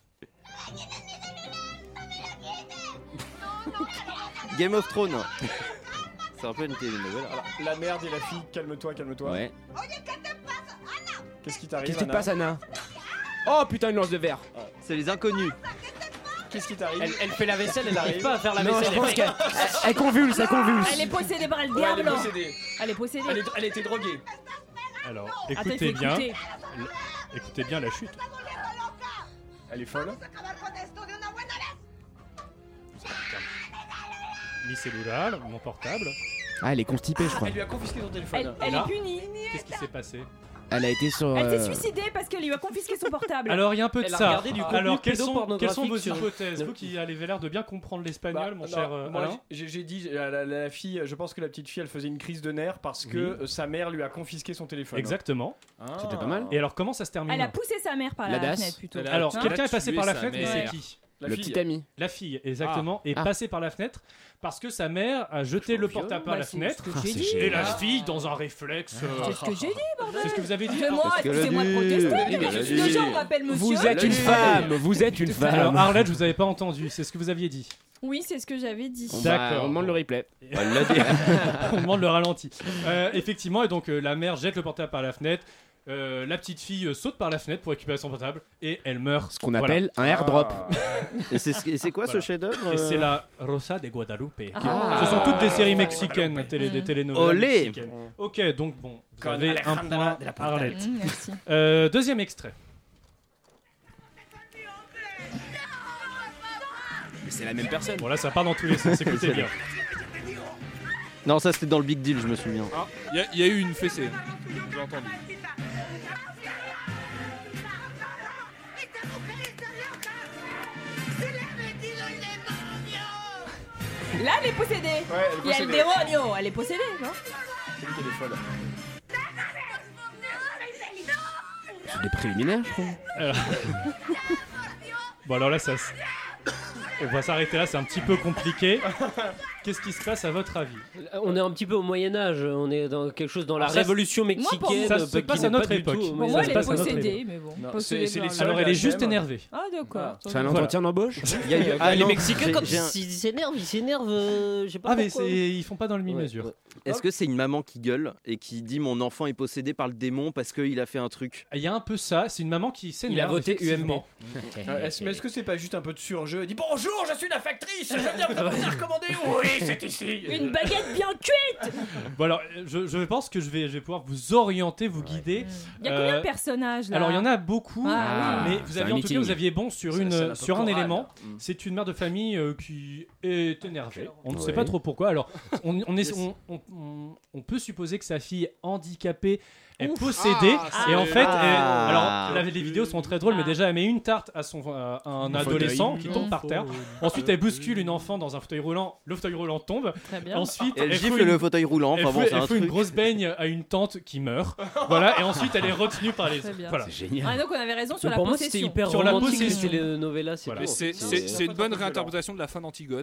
Game of Thrones. C'est un peu une télénovela. La merde et la fille, calme-toi, calme-toi. Ouais. Qu'est-ce qui t'arrive, Qu'est-ce qui te Anna passe, Anna Oh putain, une lance de verre. C'est les inconnus. Qu'est-ce qui t'arrive Elle, elle fait la vaisselle, elle n'arrive pas à faire la Non, vaisselle. je pense elle qu'elle fait- elle convulse, elle convulse. Elle est possédée par le Ouais, elle est diable. possédée. Elle est possédée. Elle, est- elle était droguée. Alors, Attends, il écoutez faut bien. écouter. l- Écoutez bien la chute. Elle est folle. Mi cellulaire, mon portable. Ah, elle est constipée, je crois. Elle lui a confisqué son téléphone. Elle, Et elle là est punie. Qu'est-ce qui s'est passé Elle a été sur. Elle euh, s'est suicidée parce qu'elle lui a confisqué son portable. Alors, il y a un peu de Elle a ça. regardé du contenu Alors, quelles sont, quelles sont vos pédopornographique sur- hypothèses Vous qui avez l'air de bien comprendre l'espagnol, Bah, mon non, cher euh, moi, Alain. j'ai j'ai dit la, la- la fille, je pense que la petite fille, elle faisait une crise de nerfs parce que Oui. euh, sa mère lui a confisqué son téléphone. Exactement. Ah. C'était pas mal. Et alors, comment ça se termine Elle a poussé sa mère par La la, DAS. fenêtre plutôt. Elle a- Alors, Hein quelqu'un est passé tué par la sa fenêtre, mais c'est mère. qui La Le fille. petit ami. La fille, exactement, est Ah. passée par la fenêtre parce que sa mère a jeté le portable par Bah, la c'est fenêtre. ce que j'ai c'est dit. génial. Et la fille, dans un réflexe. euh, C'est ce que j'ai dit, bordel. C'est ce que vous avez dit Mais moi, Parce qu'elle a excusez-moi de dit. protester. Oui, mais mais je elle a suis dit. déjà, on m'appelle monsieur. Vous êtes une femme, vous êtes une Alors, femme. Arlette, je vous avais pas entendu, c'est ce que vous aviez dit. Oui, c'est ce que j'avais dit. Bon, D'accord. bah, on demande le replay. Elle l'a dit. On demande le ralenti. Euh, effectivement, et donc euh, la mère jette le portable par la fenêtre. Euh, la petite fille euh, saute par la fenêtre pour récupérer son portable et elle meurt. Ce qu'on Voilà. appelle un airdrop. Et c'est et c'est quoi Voilà. ce chef-d'œuvre Et c'est euh la Rosa de Guadalupe. Ah. Ce sont toutes des séries mexicaines, télé, des télénovelas Olé. mexicaines. Ok, donc bon, vous Con avez un Alejandra point, de la Arlette. Mmh, merci. Euh, deuxième extrait. Mais c'est la même personne. Bon là, ça part dans tous les sens. Écoutez bien. Non, ça c'était dans le Big Deal, je me souviens. Il ah, y, y a eu une fessée. J'ai entendu. Là, elle est possédée. Ouais, elle est Il y a le possédée. démonio. Elle est possédée, non? C'est lui qui est folle. C'est des préliminaires, je crois. Alors... bon, alors là, ça. s- On va s'arrêter là, c'est un petit peu compliqué. Qu'est-ce qui se passe à votre avis? On est un petit peu au Moyen-Âge, on est dans quelque chose dans la Alors ça, révolution Moi, pour mexicaine. moi, ça se euh, qui passe n'est à notre pas du époque. tout au Pour Pour Moyen-Âge. moi, se elle est passe à notre possédée, époque. mais bon. Non, Possédée c'est- c'est par- l'histoire. Alors elle est juste H M. énervée. Ah, d'accord. C'est un entretien d'embauche. Il y a eu- Ah, les non, Mexicains, j'ai- quand j'ai un- ils s'énervent, ils s'énervent. euh, Je sais pas Ah, mais pourquoi. c'est... ils font pas dans le Ouais, mi-mesure. ouais. Est-ce que c'est une maman qui gueule et qui dit mon enfant est possédé par le démon parce qu'il a fait un truc? Il y a un peu ça, c'est une maman qui s'énerve. Il a voté U M P. effectivement. Euh, est-ce, mais est-ce que c'est pas juste un peu de surjeu? Elle dit bonjour, je suis la factrice, je viens vous vous recommander. Oui, c'est ici. Une baguette bien cuite. Bon alors, je, je pense que je vais, je vais pouvoir vous orienter, vous guider. Il y a combien Euh, de personnages là? Alors il y en a beaucoup, Ah, mais oui. vous C'est aviez un en tout cas meeting. vous aviez bon sur C'est- une c'est un peu sur un choral. élément. Mm. C'est une mère de famille euh, qui est énervée. On ne sait Ouais. pas trop pourquoi. Alors on, on est, on, on- on- on peut supposer que sa fille handicapée est Ouf. possédée Ah, et en c'est- fait, Ah. elle- alors la- les vidéos sont très drôles, mais Ah. déjà elle met une tarte à son à un adolescent qui tombe par terre. Ensuite elle bouscule une enfant dans un fauteuil roulant. Le fauteuil roulant tombe. Très bien. Ensuite Elle elle gifle fout une- le fauteuil roulant, elle enfin bon, fout- c'est elle un fout une truc. grosse baigne à une tante qui meurt. Voilà, et ensuite elle est retenue par les. Très bien. Voilà. C'est génial. Ah, donc on avait raison sur Mais la pour moi, possession. c'était hyper Sur la romantique, les possession. telenovelas, c'est Voilà. tout. Mais c'est, C'est- c'est, c'est une bonne violent. réinterprétation de la fin d'Antigone.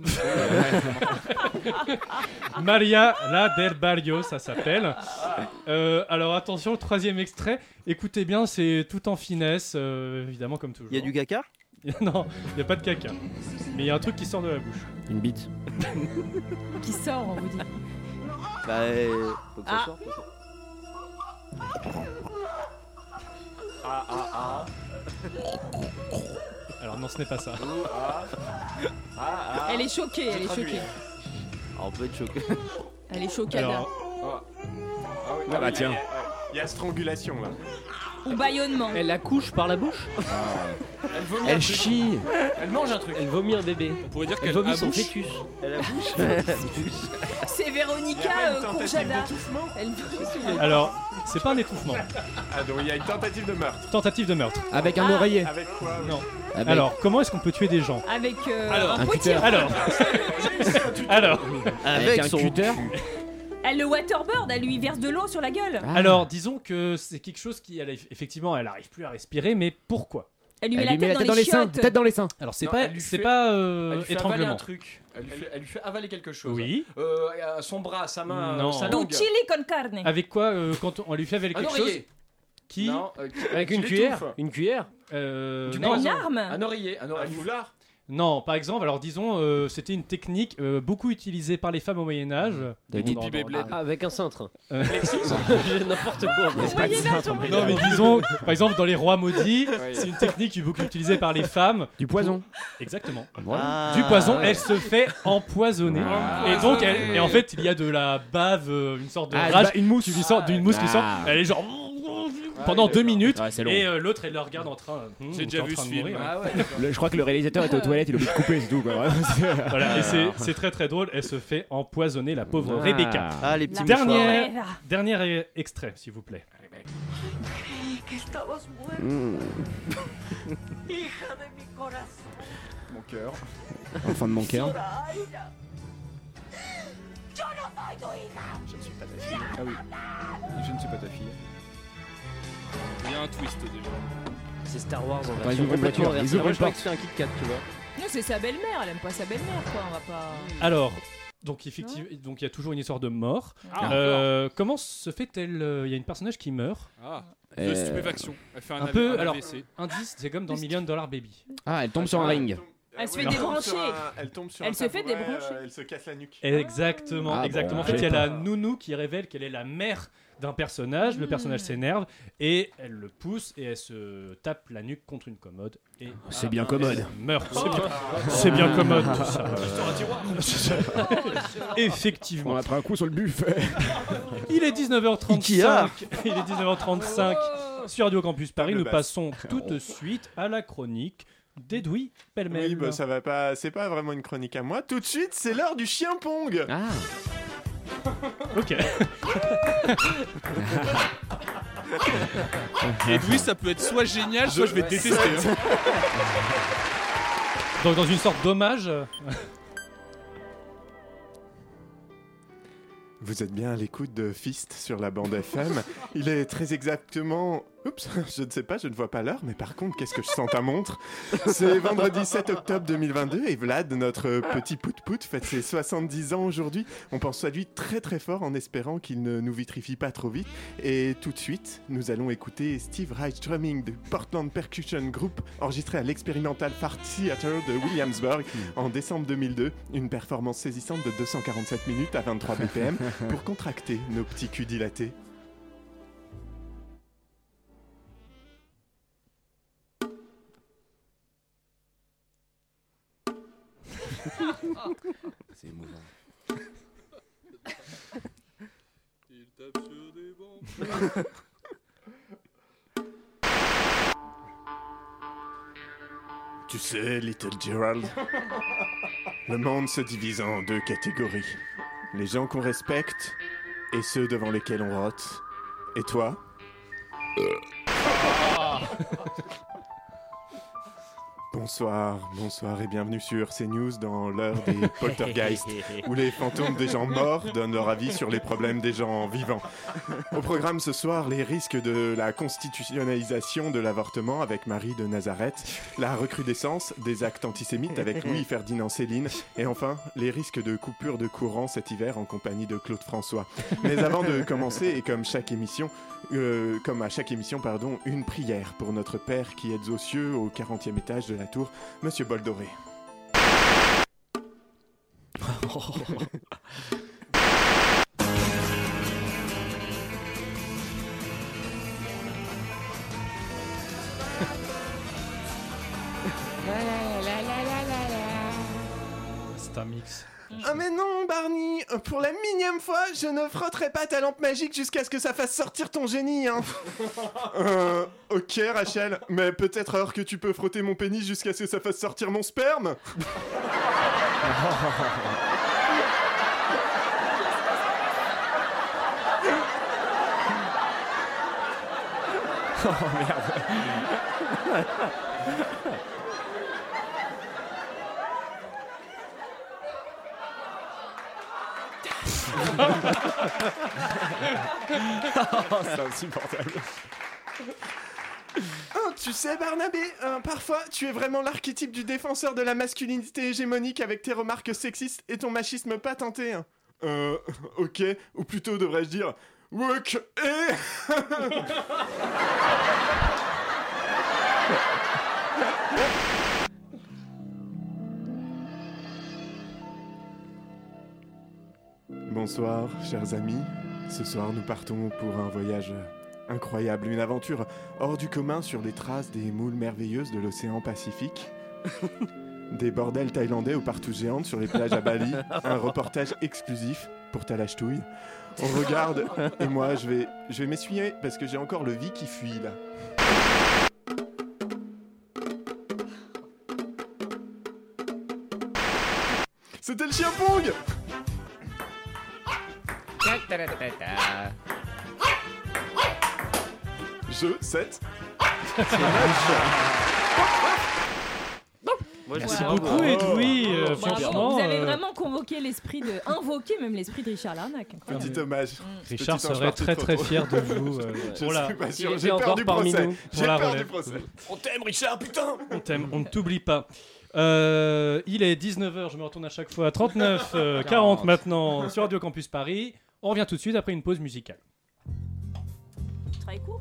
Maria la del Barrio, ça s'appelle. Euh, alors attention, le troisième extrait. Écoutez bien, c'est tout en finesse, euh, évidemment comme toujours. Il y a du caca? Non, il n'y a pas de caca. Mais il y a un truc qui sort de la bouche. Une bite. Qui sort, on vous dit. Bah, euh, faut que ça Ah. sorte. Ah, ah, ah. Alors non, ce n'est pas ça. Ah, ah, ah. Elle est choquée, elle est traduis. choquée. Ah, on peut être choqué. Elle est choquée. Alors, Ah. Ah oui, Ah bah oui, tiens. il y a- Il y a strangulation là. Ou bâillonnement. Elle accouche par la bouche. Elle vomit un Elle truc. chie. Elle mange un truc. Elle vomit un bébé. On pourrait dire Elle qu'elle vomit son abouche. fœtus. C'est Il y Véronica a pas une euh, tentative Courjada. d'étouffement. Elle... alors, c'est pas un étouffement. Ah donc il y a une tentative de meurtre. Tentative de meurtre. Avec un Ah. oreiller. Avec quoi? Non. Avec- Alors, comment est-ce qu'on peut tuer des gens? Avec euh, Alors, un un potier. cutter. Alors, alors, Avec Avec un son cutter. Elle le waterbird, elle lui verse de l'eau sur la gueule. Ah. alors, disons que c'est quelque chose qui, elle, effectivement, elle arrive plus à respirer, mais pourquoi? Elle lui met Elle la lui met tête la tête dans dans les les seins. chiottes. Tête dans les seins. Alors, c'est Non, pas, elle lui c'est fait- pas euh, Elle lui fait avaler un étranglement. truc. Elle lui fait, elle lui fait avaler quelque chose. Oui. Euh, à son bras, sa main, Non. sa Du langue. chili con carne. Avec quoi euh, quand on lui fait avec Un quelque chose oreiller. qui Non, euh, qui- Avec qui une l'étouffe. cuillère. Une cuillère. euh, Du non, poison. Une arme. Un oreiller, un oreiller. Un foulard. non, par exemple, alors disons, euh, c'était une technique euh, beaucoup utilisée par les femmes au Moyen Âge. Des Bon, types dans- dans- Ah, avec un cintre. Euh, N'importe quoi. Pas de cintre, en fait. Non, mais disons, par exemple, dans les rois maudits, Ouais. c'est une technique beaucoup utilisée par les femmes. Du poison. Exactement. Voilà. Du poison, elle se fait empoisonner. Ah. Et donc, elle, et en fait, il y a de la bave, euh, une sorte de Ah, rage, une mousse. qui lui sort, d'une mousse qui Ah. sort. Elle est genre pendant deux minutes. Ouais, c'est long. Et euh, l'autre, elle le regarde en train. hum, J'ai t'es déjà en vu train ce de film. mourir. Ah ouais. Le- je crois que le réalisateur était aux toilettes, il a oublié de couper, c'est tout. Quoi. Voilà, et c'est- c'est très très drôle. Elle se fait empoisonner, la pauvre Ah. Rebecca. Ah, les petits La mouchoirs. Dernière, Morera. dernier e- extrait, s'il vous plaît. Mmh. Mon cœur. Enfant de mon cœur. Je ne suis pas ta fille. Ah oui. Je ne suis pas ta fille. Il y a un twist déjà. C'est Star Wars en Ouais, ils version ouvrent une complètement voiture, ils inversée. ouvrent Moi, une je croyais porte. que c'était un Kit Kat, tu vois. Non, c'est sa belle-mère, elle aime pas sa belle-mère, quoi. On va pas. Alors, donc effectivement, donc il y a toujours une histoire de mort. Ah, Euh, comment se fait-elle euh, Il y a une personnage qui meurt. Ah, Euh, de stupéfaction. Elle fait un, Un A V- peu. un Alors, A V C. indice, c'est comme dans Million Dollar Baby. Ah, elle tombe sur un ring. Elle se fait tombe débrancher. sur un- Elle tombe sur Elle un se fait tabouret, débrancher. euh, Elle se casse la nuque. Exactement, Ah, exactement. bon, en fait, il y a j'ai la pas. nounou qui révèle qu'elle est la mère d'un personnage. Le personnage s'énerve et elle le pousse et elle se tape la nuque contre une commode. Et C'est bien commode. elle meurt. C'est bien, c'est bien commode tout ça. Effectivement. On a pris un coup sur le buffet. Il est dix-neuf heures trente-cinq. Il est dix-neuf heures trente-cinq sur Radio Campus Paris. Table Nous basse. passons tout de suite à la chronique d'Edoui Pellemel. Oui, bah ça va pas. C'est pas vraiment une chronique à moi. Tout de suite, c'est l'heure du chien pong. Ah. Ok. Et Louis, ça peut être soit génial, soit je, je vais te détester. Hein. Donc dans une sorte d'hommage. Vous êtes bien à l'écoute de Fist sur la bande F M. Il est très exactement... Oups, je ne sais pas, je ne vois pas l'heure, mais par contre, qu'est-ce que je sens ta montre ? C'est vendredi sept octobre deux mille vingt-deux et Vlad, notre petit pout-pout, fête ses soixante-dix ans aujourd'hui. On pense à lui très très fort en espérant qu'il ne nous vitrifie pas trop vite. Et tout de suite, nous allons écouter Steve Reich Drumming de Portland Percussion Group, enregistré à l'Experimental Fart Theater de Williamsburg en décembre deux mille deux. Une performance saisissante de deux cent quarante-sept minutes à vingt-trois B P M pour contracter nos petits culs dilatés. C'est émouvant. Il tape sur des bancs. Tu sais, Little Gerald, le monde se divise en deux catégories. Les gens qu'on respecte et ceux devant lesquels on rote. Et toi ? Bonsoir, bonsoir et bienvenue sur CNews dans l'heure des poltergeists, où les fantômes des gens morts donnent leur avis sur les problèmes des gens vivants. Au programme ce soir, les risques de la constitutionnalisation de l'avortement avec Marie de Nazareth, la recrudescence des actes antisémites avec Louis-Ferdinand Céline, et enfin, les risques de coupure de courant cet hiver en compagnie de Claude François. Mais avant de commencer, et comme chaque émission, euh, comme à chaque émission, pardon, une prière pour notre Père qui est aux cieux, au quarantième étage de la tour, Monsieur Boldoré. C'est un mix. Ah mais non Barney, pour la millième fois, je ne frotterai pas ta lampe magique jusqu'à ce que ça fasse sortir ton génie, hein. euh, ok Rachel, mais peut-être alors que tu peux frotter mon pénis jusqu'à ce que ça fasse sortir mon sperme. Oh merde. Oh, c'est insupportable. Oh, tu sais Barnabé, euh, parfois tu es vraiment l'archétype du défenseur de la masculinité hégémonique avec tes remarques sexistes et ton machisme patenté. Hein. Euh, ok, ou plutôt devrais-je dire, woke et... Bonsoir, chers amis. Ce soir, nous partons pour un voyage incroyable, une aventure hors du commun sur les traces des moules merveilleuses de l'océan Pacifique. Des bordels thaïlandais aux partout géantes sur les plages à Bali. Un reportage exclusif pour ta lâche-touille. On regarde, et moi, je vais, je vais m'essuyer parce que j'ai encore le vie qui fuit, là. C'était le chien Pong. Je, sept. Merci beaucoup Edoui, euh, Bravo. franchement. Vous avez euh, vraiment convoqué l'esprit de... invoqué même l'esprit de Richard Larnac. Petit hommage. Richard Petit ange serait parti très trop très tôt. fier de vous. euh, Je pour la- suis pas sûr, Il est j'ai peur encore du parmi procès. nous J'ai pour la peur relève. du procès. On t'aime, Richard, putain. On t'aime, on ne t'oublie pas. Euh, il est dix-neuf heures, je me retourne à chaque fois. trente-neuf, euh, quarante maintenant sur Radio Campus Paris. On revient tout de suite après une pause musicale. Très court.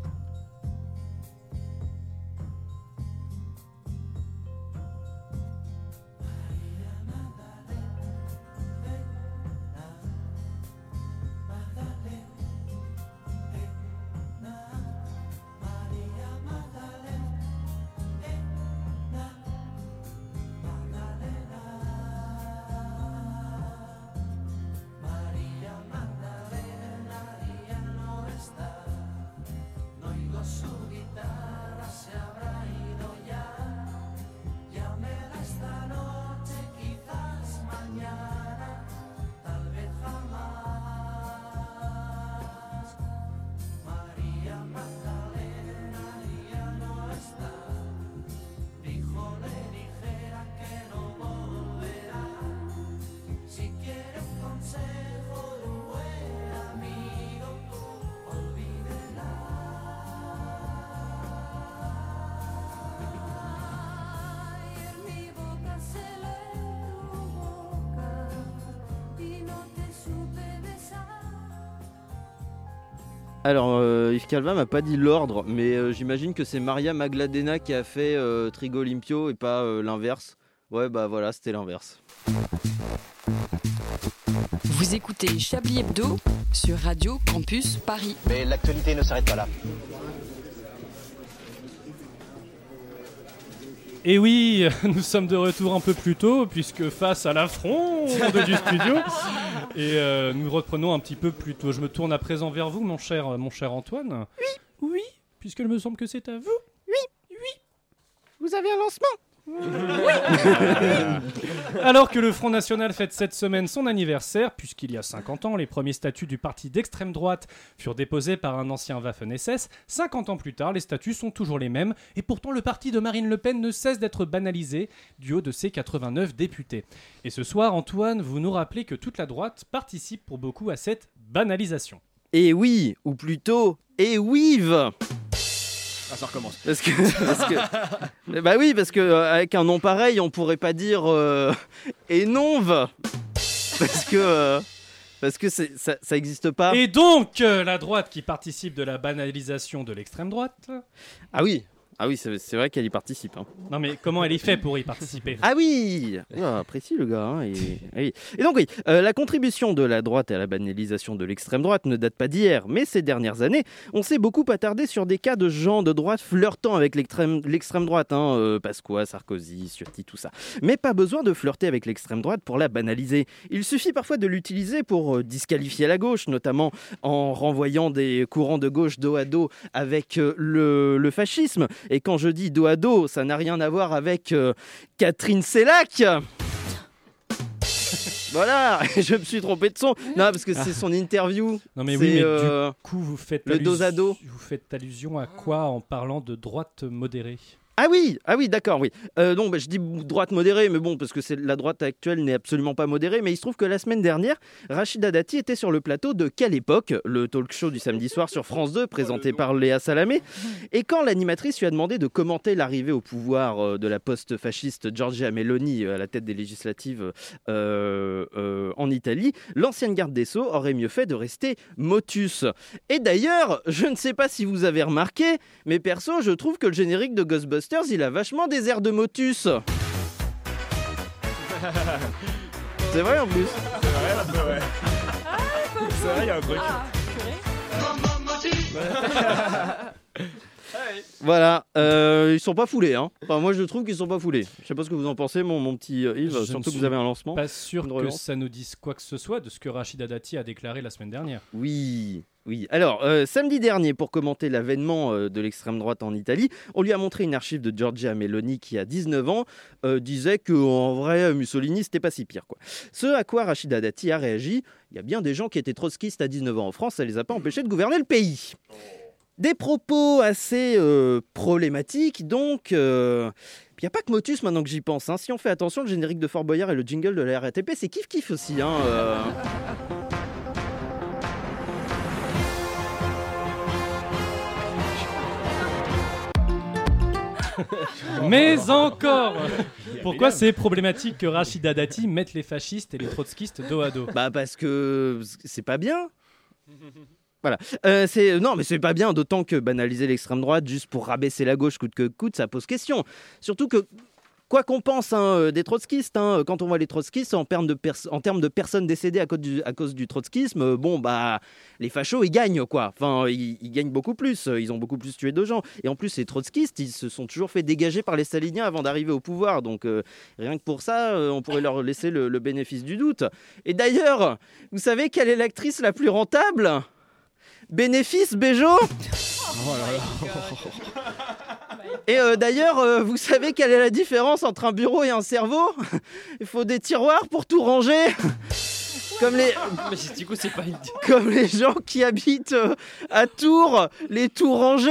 No hay Alors, euh, Yves Calva m'a pas dit l'ordre, mais euh, j'imagine que c'est Maria Magdalena qui a fait euh, Trigo Limpio et pas euh, l'inverse. Ouais, bah voilà, c'était l'inverse. Vous écoutez Chablis Hebdo sur Radio Campus Paris. Mais l'actualité ne s'arrête pas là. Et oui, nous sommes de retour un peu plus tôt, puisque face à la fronde du studio, et euh, nous reprenons un petit peu plus tôt. Je me tourne à présent vers vous, mon cher, mon cher Antoine. Oui. Oui, puisqu'il me semble que c'est à vous. Oui. Oui. Vous avez un lancement. Alors que le Front National fête cette semaine son anniversaire, puisqu'il y a cinquante ans, les premiers statuts du parti d'extrême droite furent déposés par un ancien Waffen-S S, cinquante ans plus tard, les statuts sont toujours les mêmes, et pourtant le parti de Marine Le Pen ne cesse d'être banalisé du haut de ses quatre-vingt-neuf députés. Et ce soir, Antoine, vous nous rappelez que toute la droite participe pour beaucoup à cette banalisation. Et oui, ou plutôt, et oui. Ah, ça recommence. Parce que, parce que bah oui, parce que euh, avec un nom pareil, on pourrait pas dire euh, et non, parce que euh, parce que c'est, ça, ça existe pas. Et donc euh, la droite qui participe de la banalisation de l'extrême droite. Ah oui. Ah oui, c'est, c'est vrai qu'elle y participe. Hein. Non mais comment elle y fait pour y participer ? Ah oui, oh, précis le gars. Hein, et, et, et donc oui, euh, la contribution de la droite à la banalisation de l'extrême droite ne date pas d'hier, mais ces dernières années, on s'est beaucoup attardé sur des cas de gens de droite flirtant avec l'extrême, l'extrême droite, hein, euh, Pasqua, Sarkozy, Ciotti, tout ça. Mais pas besoin de flirter avec l'extrême droite pour la banaliser. Il suffit parfois de l'utiliser pour euh, disqualifier la gauche, notamment en renvoyant des courants de gauche dos à dos avec euh, le, le fascisme. Et quand je dis dos à dos, ça n'a rien à voir avec euh, Catherine Sellac. Voilà, je me suis trompé de son. Non, parce que c'est son interview. Non mais c'est, oui, mais euh, du coup, vous faites le allus- dos à dos. Vous faites allusion à quoi en parlant de droite modérée ? Ah oui, ah oui, d'accord, oui. Euh, non, bah, je dis droite modérée, mais bon, parce que c'est, la droite actuelle n'est absolument pas modérée, mais il se trouve que la semaine dernière, Rachida Dati était sur le plateau de Quelle époque, le talk show du samedi soir sur France deux, présenté par Léa Salamé, et quand l'animatrice lui a demandé de commenter l'arrivée au pouvoir euh, de la post-fasciste Giorgia Meloni euh, à la tête des législatives euh, euh, en Italie, l'ancienne garde des Sceaux aurait mieux fait de rester motus. Et d'ailleurs, je ne sais pas si vous avez remarqué, mais perso, je trouve que le générique de Ghostbusters, il a vachement des airs de motus. C'est vrai en plus. C'est vrai, un peu, ouais. Ah, c'est vrai, il y a un truc. Ah, Voilà, euh, ils sont pas foulés, hein. Enfin, moi je trouve qu'ils sont pas foulés. Je sais pas ce que vous en pensez, mon, mon petit euh, Yves, Je surtout ne que vous avez un lancement. Pas sûr une que relance. ça nous dise quoi que ce soit de ce que Rachida Dati a déclaré la semaine dernière. Oui, oui. Alors, euh, samedi dernier, pour commenter l'avènement euh, de l'extrême droite en Italie, on lui a montré une archive de Giorgia Meloni qui, à dix-neuf ans, euh, disait qu'en vrai, Mussolini, c'était pas si pire, quoi. Ce à quoi Rachida Dati a réagi, il y a bien des gens qui étaient trotskistes à dix-neuf ans en France, ça les a pas empêchés de gouverner le pays. Des propos assez euh, problématiques, donc... Il euh... n'y a pas que Motus maintenant que j'y pense. Hein. Si on fait attention, le générique de Fort Boyard et le jingle de la R A T P, c'est kiff-kiff aussi. Hein, euh... Mais encore Pourquoi c'est problématique que Rachida Dati mette les fascistes et les trotskistes dos à dos ? Bah parce que c'est pas bien. Voilà. Euh, c'est... Non, mais c'est pas bien, d'autant que banaliser l'extrême droite juste pour rabaisser la gauche coûte que coûte, ça pose question. Surtout que, quoi qu'on pense hein, des trotskistes, hein, quand on voit les trotskistes en termes de, pers- en termes de personnes décédées à cause du, à cause du trotskisme, bon, bah, les fachos, ils gagnent, quoi. Enfin, ils, ils gagnent beaucoup plus, ils ont beaucoup plus tué de gens. Et en plus, les trotskistes, ils se sont toujours fait dégager par les staliniens avant d'arriver au pouvoir. Donc, euh, rien que pour ça, euh, on pourrait leur laisser le, le bénéfice du doute. Et d'ailleurs, vous savez quelle est l'actrice la plus rentable ? Bénéfice Béjo. Oh là là. Et euh, d'ailleurs, euh, vous savez quelle est la différence entre un bureau et un cerveau ? Il faut des tiroirs pour tout ranger. Comme les... Mais du coup, c'est pas une... Comme les gens qui habitent euh, à Tours, les Tourangers.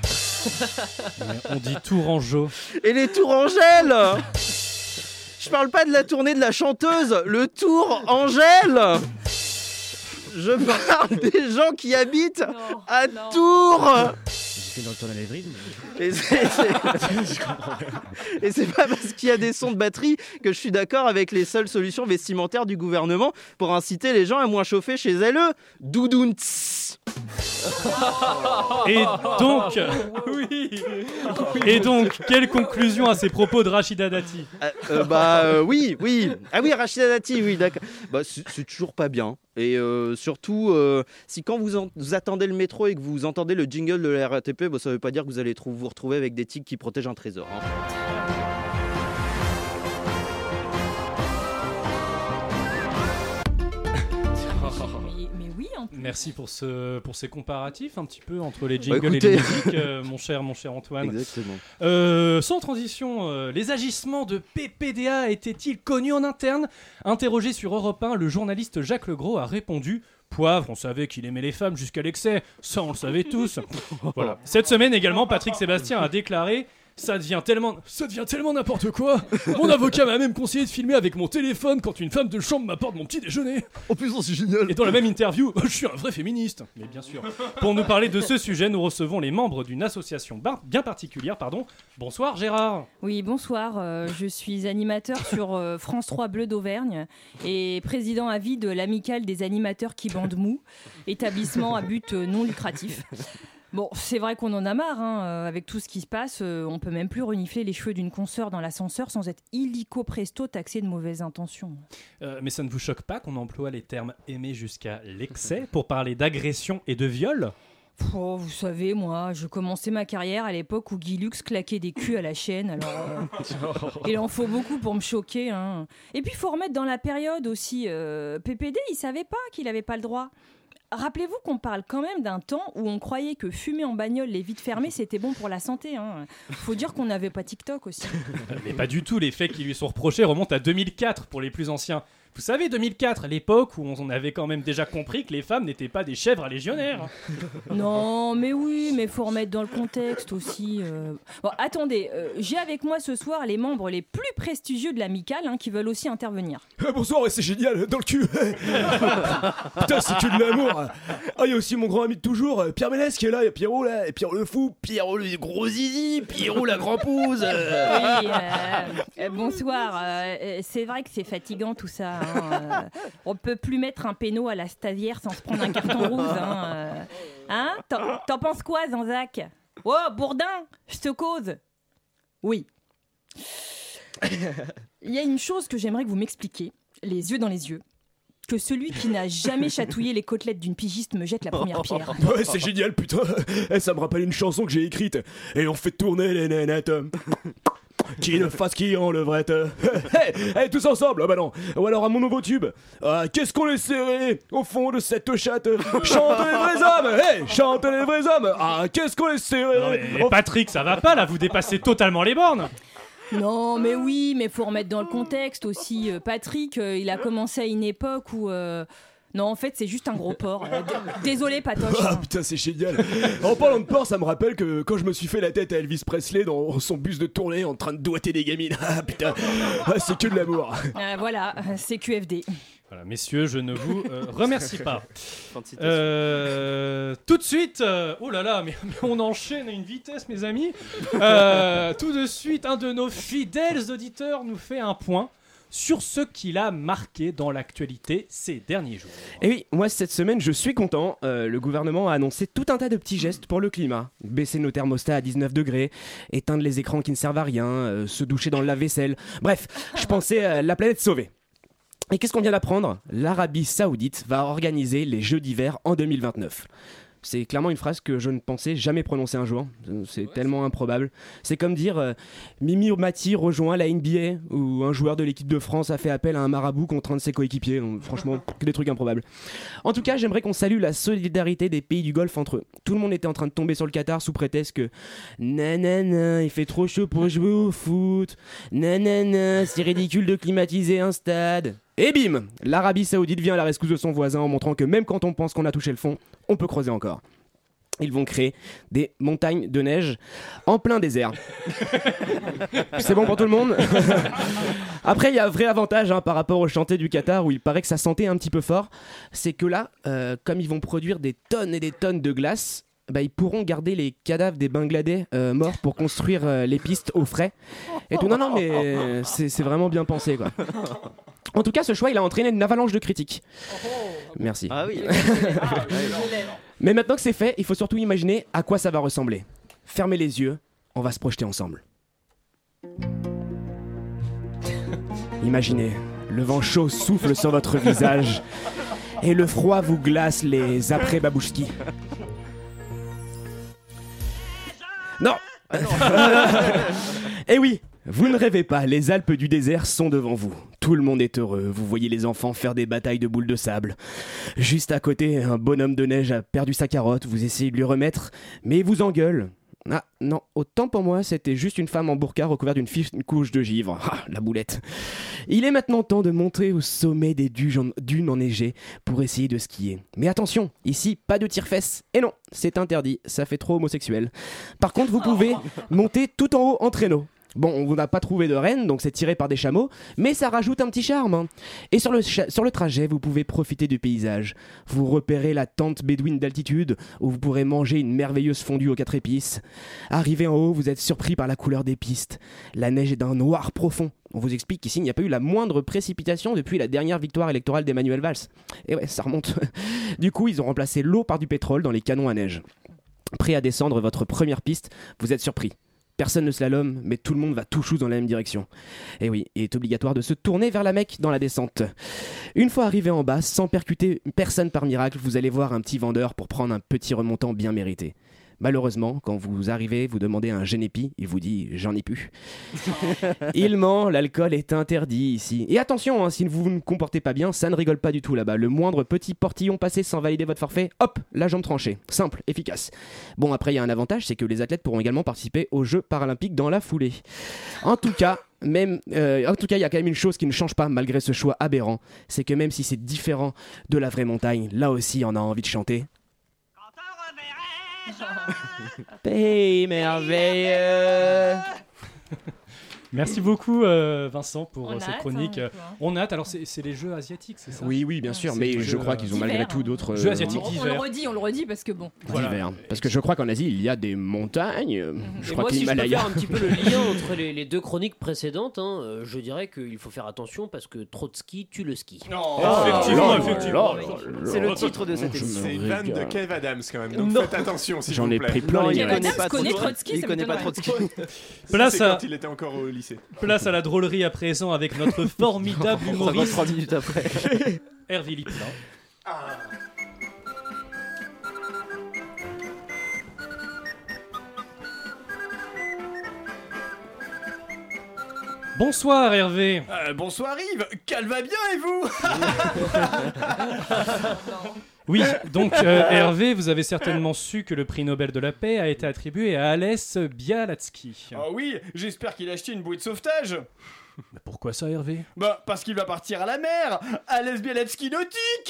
On dit Tourangeau. Et les Tourangelles. Je parle pas de la tournée de la chanteuse, le Tour Angèle. Je parle des gens qui habitent non, à non. Tours. J'ai fait dans le tournoi d'Evry. Et c'est, c'est... Et c'est pas parce qu'il y a des sons de batterie que je suis d'accord avec les seules solutions vestimentaires du gouvernement pour inciter les gens à moins chauffer chez elles. Doudoun. Et donc, oui. Et donc, quelle conclusion à ces propos de Rachida Dati? euh, euh, Bah euh, oui, oui. Ah oui, Rachida Dati, oui, d'accord. Bah c'est, c'est toujours pas bien. Et euh, surtout, euh, si quand vous, en, vous attendez le métro et que vous entendez le jingle de la R A T P, bah, ça veut pas dire que vous allez trou- vous retrouver avec des tigres qui protègent un trésor. Hein. Merci pour, ce, pour ces comparatifs un petit peu entre les jingles bah, écoutez... et les musiques, euh, mon cher, mon cher Antoine. Exactement. Euh, sans transition, euh, les agissements de P P D A étaient-ils connus en interne? Interrogé sur Europe un, le journaliste Jacques Legros a répondu: Poivre, on savait qu'il aimait les femmes jusqu'à l'excès, ça on le savait tous. Voilà. Cette semaine également, Patrick Sébastien a déclaré: Ça devient tellement, ça devient tellement n'importe quoi. Mon avocat m'a même conseillé de filmer avec mon téléphone quand une femme de chambre m'apporte mon petit déjeuner. Oh putain, c'est génial. Et dans la même interview, je suis un vrai féministe. Mais bien sûr. Pour nous parler de ce sujet, nous recevons les membres d'une association bar- bien particulière. Pardon. Bonsoir Gérard. Oui, bonsoir. Euh, je suis animateur sur euh, France trois Bleu d'Auvergne et président à vie de l'Amicale des animateurs qui bandent mou, établissement à but euh, non lucratif. Bon, c'est vrai qu'on en a marre, hein. euh, avec tout ce qui se passe, euh, on peut même plus renifler les cheveux d'une consoeur dans l'ascenseur sans être illico presto taxé de mauvaises intentions. Euh, mais ça ne vous choque pas qu'on emploie les termes aimés jusqu'à l'excès pour parler d'agression et de viol? Oh, vous savez, moi, je commençais ma carrière à l'époque où Guy Lux claquait des culs à la chaîne, alors euh, il en faut beaucoup pour me choquer. Hein. Et puis il faut remettre dans la période aussi, euh, P P D, il savait pas qu'il avait pas le droit. Rappelez-vous qu'on parle quand même d'un temps où on croyait que fumer en bagnole les vitres fermées c'était bon pour la santé. Hein. Faut dire qu'on n'avait pas TikTok aussi. Mais pas du tout, les faits qui lui sont reprochés remontent à deux mille quatre pour les plus anciens. Vous savez, deux mille quatre, l'époque où on avait quand même déjà compris que les femmes n'étaient pas des chèvres à légionnaires. Non, mais oui, mais faut remettre dans le contexte aussi. Euh... Bon, attendez, euh, j'ai avec moi ce soir les membres les plus prestigieux de l'amicale hein, qui veulent aussi intervenir. Eh, bonsoir, et c'est génial, dans le cul. Putain, c'est que de l'amour. Ah, il y a aussi mon grand ami de toujours, Pierre Ménès qui est là, il y a Pierrot là, et Pierrot le fou, Pierrot le gros zizi, Pierrot la grand-pouze. Oui, euh, euh, bonsoir. Euh, c'est vrai que c'est fatigant tout ça. Hein. Euh, on peut plus mettre un péno à la stagiaire sans se prendre un carton rouge. Hein, euh. hein t'en, t'en penses quoi, Zanzac? Oh, Bourdin, je te cause. Oui. Il y a une chose que j'aimerais que vous m'expliquiez, les yeux dans les yeux. Que celui qui n'a jamais chatouillé les côtelettes d'une pigiste me jette la première pierre. Ouais, c'est génial, putain. Eh, ça me rappelle une chanson que j'ai écrite. Et on fait tourner les nénettes. Qui ne fasse qui en levrette. Hey, hey, tous ensemble. Ah bah non. Ou alors à mon nouveau tube. Ah, qu'est-ce qu'on est serré au fond de cette chatte. Chante les vrais hommes. Hey, chante les vrais hommes. Ah, qu'est-ce qu'on est serré. Non, mais, mais Patrick, ça va pas là, vous dépassez totalement les bornes. Non, mais oui, mais faut remettre dans le contexte aussi. Euh, Patrick, euh, il a commencé à une époque où... Euh... Non, en fait, c'est juste un gros porc. Euh, d- Désolé, Patoche. Ah putain, c'est génial. En parlant de porc, ça me rappelle que quand je me suis fait la tête à Elvis Presley dans son bus de tournée en train de doigter des gamines. Ah putain, ah, c'est que de l'amour. Euh, voilà, c'est Q F D. Voilà, messieurs, je ne vous euh, remercie pas. Euh, tout de suite, euh, oh là là, mais, mais on enchaîne à une vitesse, mes amis. Euh, tout de suite, un de nos fidèles auditeurs nous fait un point sur ce qu'il a marqué dans l'actualité ces derniers jours. Et oui, moi cette semaine je suis content, euh, le gouvernement a annoncé tout un tas de petits gestes pour le climat. Baisser nos thermostats à dix-neuf degrés, éteindre les écrans qui ne servent à rien, euh, se doucher dans le lave-vaisselle, bref, je pensais euh, la planète sauvée. Et qu'est-ce qu'on vient d'apprendre? L'Arabie Saoudite va organiser les Jeux d'hiver en deux mille vingt-neuf. C'est clairement une phrase que je ne pensais jamais prononcer un jour. C'est ouais, tellement c'est... improbable. C'est comme dire euh, Mimi Mati rejoint la N B A ou un joueur de l'équipe de France a fait appel à un marabout contre un de ses coéquipiers. Donc, franchement, que des trucs improbables. En tout cas, j'aimerais qu'on salue la solidarité des pays du Golfe entre eux. Tout le monde était en train de tomber sur le Qatar sous prétexte que nanana, il fait trop chaud pour jouer au foot. Nanana, c'est ridicule de climatiser un stade. Et bim, l'Arabie Saoudite vient à la rescousse de son voisin en montrant que même quand on pense qu'on a touché le fond, on peut creuser encore. Ils vont créer des montagnes de neige en plein désert. C'est bon pour tout le monde. Après, il y a un vrai avantage hein, par rapport au chantier du Qatar où il paraît que ça sentait un petit peu fort. C'est que là, euh, comme ils vont produire des tonnes et des tonnes de glace, bah, ils pourront garder les cadavres des Bangladais euh, morts pour construire euh, les pistes au frais. Et tout. Non, non, mais c'est, c'est vraiment bien pensé, quoi. En tout cas, ce choix, il a entraîné une avalanche de critiques. Merci. Ah oui. Mais maintenant que c'est fait, il faut surtout imaginer à quoi ça va ressembler. Fermez les yeux, on va se projeter ensemble. Imaginez, le vent chaud souffle sur votre visage et le froid vous glace les après-babouchki. Non. Eh oui, vous ne rêvez pas, les Alpes du désert sont devant vous. Tout le monde est heureux, vous voyez les enfants faire des batailles de boules de sable. Juste à côté, un bonhomme de neige a perdu sa carotte, vous essayez de lui remettre, mais il vous engueule. Ah non, autant pour moi, c'était juste une femme en burqa recouverte d'une fine couche de givre. Ah, la boulette. Il est maintenant temps de monter au sommet des dunes enneigées pour essayer de skier. Mais attention, ici, pas de tire-fesses. Et non, c'est interdit, ça fait trop homosexuel. Par contre, vous pouvez monter tout en haut en traîneau. Bon, on n'a pas trouvé de reine, donc c'est tiré par des chameaux, mais ça rajoute un petit charme. Hein. Et sur le, cha- sur le trajet, vous pouvez profiter du paysage. Vous repérez la tente bédouine d'altitude, où vous pourrez manger une merveilleuse fondue aux quatre épices. Arrivé en haut, vous êtes surpris par la couleur des pistes. La neige est d'un noir profond. On vous explique qu'ici, il n'y a pas eu la moindre précipitation depuis la dernière victoire électorale d'Emmanuel Valls. Et ouais, ça remonte. Du coup, ils ont remplacé l'eau par du pétrole dans les canons à neige. Prêt à descendre votre première piste, vous êtes surpris. Personne ne slalom, mais tout le monde va tout chou dans la même direction. Et oui, il est obligatoire de se tourner vers la Mecque dans la descente. Une fois arrivé en bas, sans percuter personne par miracle, vous allez voir un petit vendeur pour prendre un petit remontant bien mérité. Malheureusement, quand vous arrivez, vous demandez un génépi, il vous dit « j'en ai plus ». Il ment, l'alcool est interdit ici. Et attention, hein, si vous ne comportez pas bien, ça ne rigole pas du tout là-bas. Le moindre petit portillon passé sans valider votre forfait, hop, la jambe tranchée. Simple, efficace. Bon, après, il y a un avantage, c'est que les athlètes pourront également participer aux Jeux paralympiques dans la foulée. En tout cas, même, euh, en tout cas, il y a quand même une chose qui ne change pas malgré ce choix aberrant, c'est que même si c'est différent de la vraie montagne, là aussi, on a envie de chanter. Pays merveilleux. Merci beaucoup euh, Vincent pour On cette hâte, chronique. hein, On a hâte, alors c'est, c'est les jeux asiatiques, c'est ça? Oui, oui, bien sûr, C'est mais les je jeux, crois qu'ils ont d'hiver, malgré tout hein. d'autres... Jeux asiatiques On, on le redit, on le redit parce que bon. Voilà. D'hiver. Parce que je crois qu'en Asie, il y a des montagnes. Je Et crois moi, que si je peux l'Himalaya... faire un petit peu le lien entre les, les deux chroniques précédentes, hein, euh, je dirais qu'il faut faire attention parce que trop de ski tue le ski. Non, Oh, effectivement, là, effectivement. là, là, C'est le Oh, titre de cette je me émission. C'est une vanne de régale. Kev Adams quand même, donc Non. faites attention s'il J'en vous ai plaît. pris plein Non, les il Kev yeux. connaît Adams pas connaît Trotsky. Trotsky, Il ça connaît pas m'étonnerait. Trotsky. Place C'est à, quand il était encore au lycée. place à la drôlerie à présent avec notre formidable Ça va humoriste trois minutes après. Hervé Lippin. Bonsoir Hervé. Euh, bonsoir Yves, qu'elle va bien et vous? Oui, donc euh, Hervé, vous avez certainement su que le prix Nobel de la paix a été attribué à Alès Bialatsky. Ah oui, j'espère qu'il a acheté une bouée de sauvetage. Mais pourquoi ça Hervé? Bah, parce qu'il va partir à la mer, à Lesbialetsky nautique.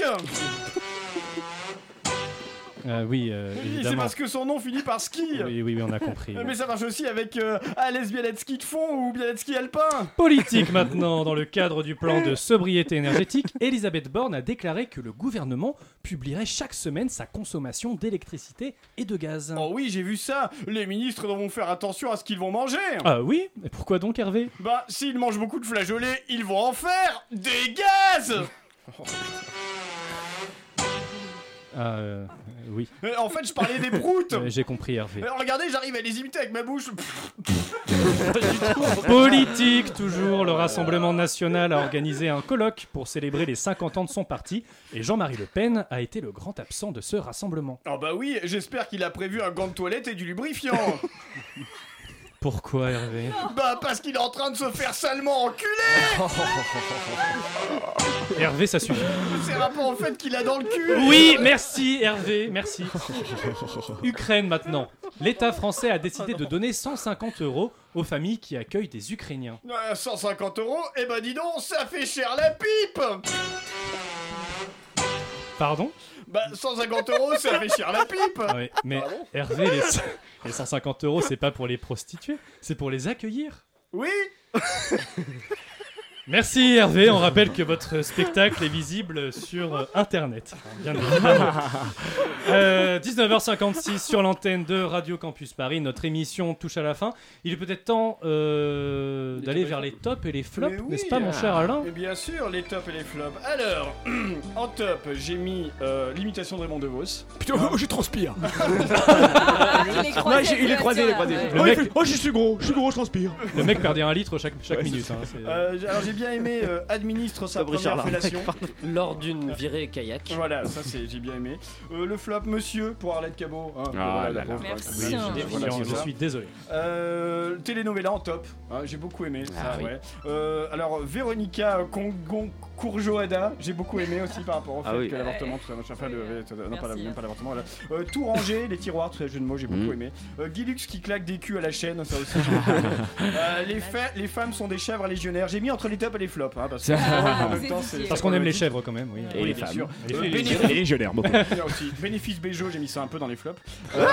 Euh, oui, euh, Oui, c'est évidemment. parce que son nom finit par ski. Oui, oui, oui, on a compris. Euh, Mais ça marche aussi avec euh, Alès Bialetsky de fond ou Bialetsky alpin. Politique maintenant, dans le cadre du plan de sobriété énergétique, Elisabeth Borne a déclaré que le gouvernement publierait chaque semaine sa consommation d'électricité et de gaz. Oh oui, j'ai vu ça. Les ministres devront faire attention à ce qu'ils vont manger. Ah oui? Et pourquoi donc Hervé? Bah, s'ils mangent beaucoup de flageolets, ils vont en faire des gaz. Ah euh, oui. Euh, En fait, je parlais des proutes. Euh, J'ai compris Hervé. Euh, Regardez, j'arrive à les imiter avec ma bouche. Politique toujours, le Rassemblement National a organisé un colloque pour célébrer les cinquante ans de son parti et Jean-Marie Le Pen a été le grand absent de ce rassemblement. Oh bah oui, j'espère qu'il a prévu un gant de toilette et du lubrifiant. Pourquoi Hervé? Bah parce qu'il est en train de se faire salement enculer. Hervé, ça suffit. C'est rapport au fait qu'il a dans le cul. Oui, merci Hervé, merci. Ukraine maintenant. L'État français a décidé de donner cent cinquante euros aux familles qui accueillent des Ukrainiens. Euh, cent cinquante euros, eh ben dis donc, ça fait cher la pipe. Pardon? Bah cent cinquante euros, ça fait cher la pipe. Ah oui, mais Hervé, les, les cent cinquante euros, c'est pas pour les prostituées, c'est pour les accueillir. Oui. Merci Hervé, on rappelle que votre spectacle est visible sur euh, internet, bien évidemment. euh, dix-neuf heures cinquante-six sur l'antenne de Radio Campus Paris, notre émission touche à la fin. Il est peut-être temps euh, d'aller vers les tops et les flops, Mais oui, n'est-ce pas mon cher Alain? Et bien sûr, les tops et les flops. Alors, en top, j'ai mis euh, l'imitation de Raymond DeVos. Putain, oh, je transpire. Il est croisé, Non, j'ai- il est croisé, il est croisé. Le Oh, mec- il fait- oh, je suis gros, je suis gros, je transpire. Le mec perdait un litre chaque, chaque minute. Hein, c'est- Euh, j- alors j'ai bien aimé euh, administre sa Fabrice première Charlard. fellation. Lors d'une virée kayak. Voilà, ça c'est j'ai bien aimé. Euh, le flop monsieur pour Arlette Cabot. Hein, voilà, la pauvre. Merci. Oui, Hein. je- voilà, je, c'est je ça. suis désolé. Euh, Telenovela en top. Hein, j'ai beaucoup aimé ça. Ah oui. Ouais. Euh, alors Véronica Congon Courjoada, j'ai beaucoup aimé aussi par rapport au fait Ah oui. que l'avortement, tout ça, machin, enfin, le- euh, non pas, la- Merci. même pas l'avortement. Voilà. Euh, tout rangé, les tiroirs, tout ça, jeu de mots, j'ai beaucoup Mm. aimé. Euh, Guy Lux qui claque des culs à la chaîne, ça aussi. j'ai beaucoup aimé. Euh, les, fa- les femmes sont des chèvres légionnaires. J'ai mis entre les tops et les flops, hein, parce que en même temps, c'est Parce qu'on aime les chèvres quand même, oui. Et les bien femmes. sûr. Et Euh, les- bénéfice- Les légionnaires, beaucoup. Bien aussi. Bénéfice Béjo, j'ai mis ça un peu dans les flops.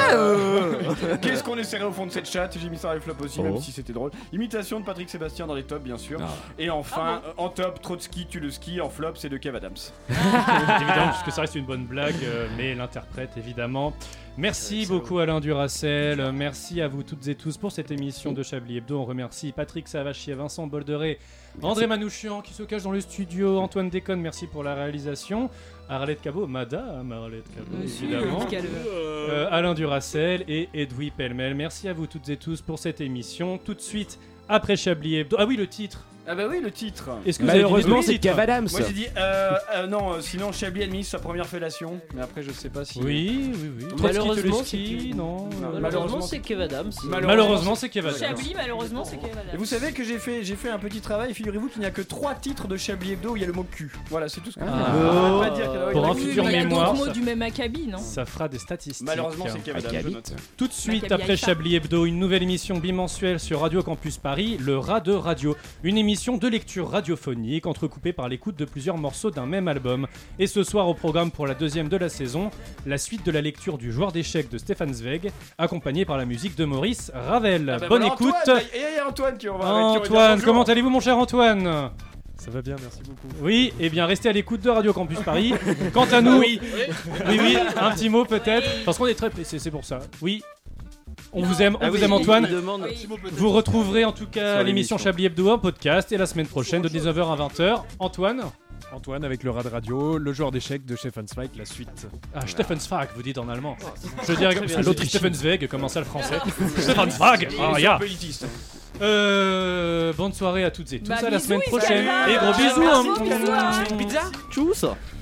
Euh, Qu'est-ce qu'on essaierait au fond de cette chatte? J'ai mis ça dans les flops aussi, Oh. même si c'était drôle. Imitation de Patrick Sébastien dans les tops, bien sûr. Et enfin, euh, en top, Trotsky tue le ski. En flop, c'est de Kev Adams. Évidemment, puisque ça reste une bonne blague, euh, mais l'interprète, évidemment. Merci beaucoup Alain Duracell, euh, merci à vous toutes et tous pour cette émission de Chablis Hebdo. On remercie Patrick Savachier, Vincent Bolderet, André Manouchian qui se cache dans le studio, Antoine Déconne, merci pour la réalisation, Arlette Cabot, Madame Arlette Cabot, évidemment, euh, Alain Duracell et Edoui Pellemel. Merci à vous toutes et tous pour cette émission. Tout de suite, après Chablis Hebdo, ah oui, le titre. Ah bah oui, le titre. Est-ce que vous avez Malheureusement, dit le c'est titre Kev Adams. Moi j'ai dit, euh, euh, non, euh, sinon Chablis administre sa première fellation. Mais après, je sais pas si. Oui, oui, oui. Malheureusement, Trotsky, c'est- non. Non, euh, Malheureusement, c'est Kev Adams. Malheureusement, c'est Kev Adams. Chablis, malheureusement, c'est Kev Et Adams. vous savez que j'ai fait, j'ai fait un petit travail. Figurez-vous qu'il n'y a que trois titres de Chablis Hebdo où il y a le mot cul. Voilà, c'est tout ce que je Ah. dis. On va pas dire qu'il y en a- Pour il y en a un que- futur Il y a mémoire, d'autres mots ça- du même acabit, non? Ça fera des statistiques. Malheureusement, c'est Kev Adams. je note. Tout de suite, Maccabi après Haïfa. Chablis Hebdo, une nouvelle émission bimensuelle sur Radio Campus Paris, le Rat de Radio. Une émission de lecture radiophonique entrecoupée par l'écoute de plusieurs morceaux d'un même album. Et ce soir, au programme pour la deuxième de la saison, la suite de la lecture du Joueur d'échecs de Stéphane Zweig, accompagnée par la musique de Maurice Ravel. Ah bah Bonne voilà, écoute. Antoine, et il y a Antoine qui on va qui va dire Antoine, bonjour. comment allez-vous mon cher Antoine? Ça va bien, merci beaucoup. Oui, et bien restez à l'écoute de Radio Campus Paris. Quant à nous, oui, oui, oui, un petit mot peut-être, parce qu'on est très pressés, c'est pour ça. Oui, on vous aime, on Ah vous oui, aime Antoine. il demande- Vous retrouverez en tout cas Sur l'émission l'émission. Chablis Hebdo en podcast et la semaine prochaine de dix-neuf heures à vingt heures. Antoine. Antoine avec le rat de radio, le joueur d'échecs de Stefan Zweig, la suite. Ah, Stefan Zweig, vous dites en allemand. Je dirais Très bien. que l'autre Stefan Zweig, comment ça le français? Stefan Zweig. Ah, ya. Euh, bonne soirée à toutes et tous, Bah, à la bisous, semaine Isabelle. prochaine et gros bisous. Merci, hein. bisous, hein. Pizza? Tchuss.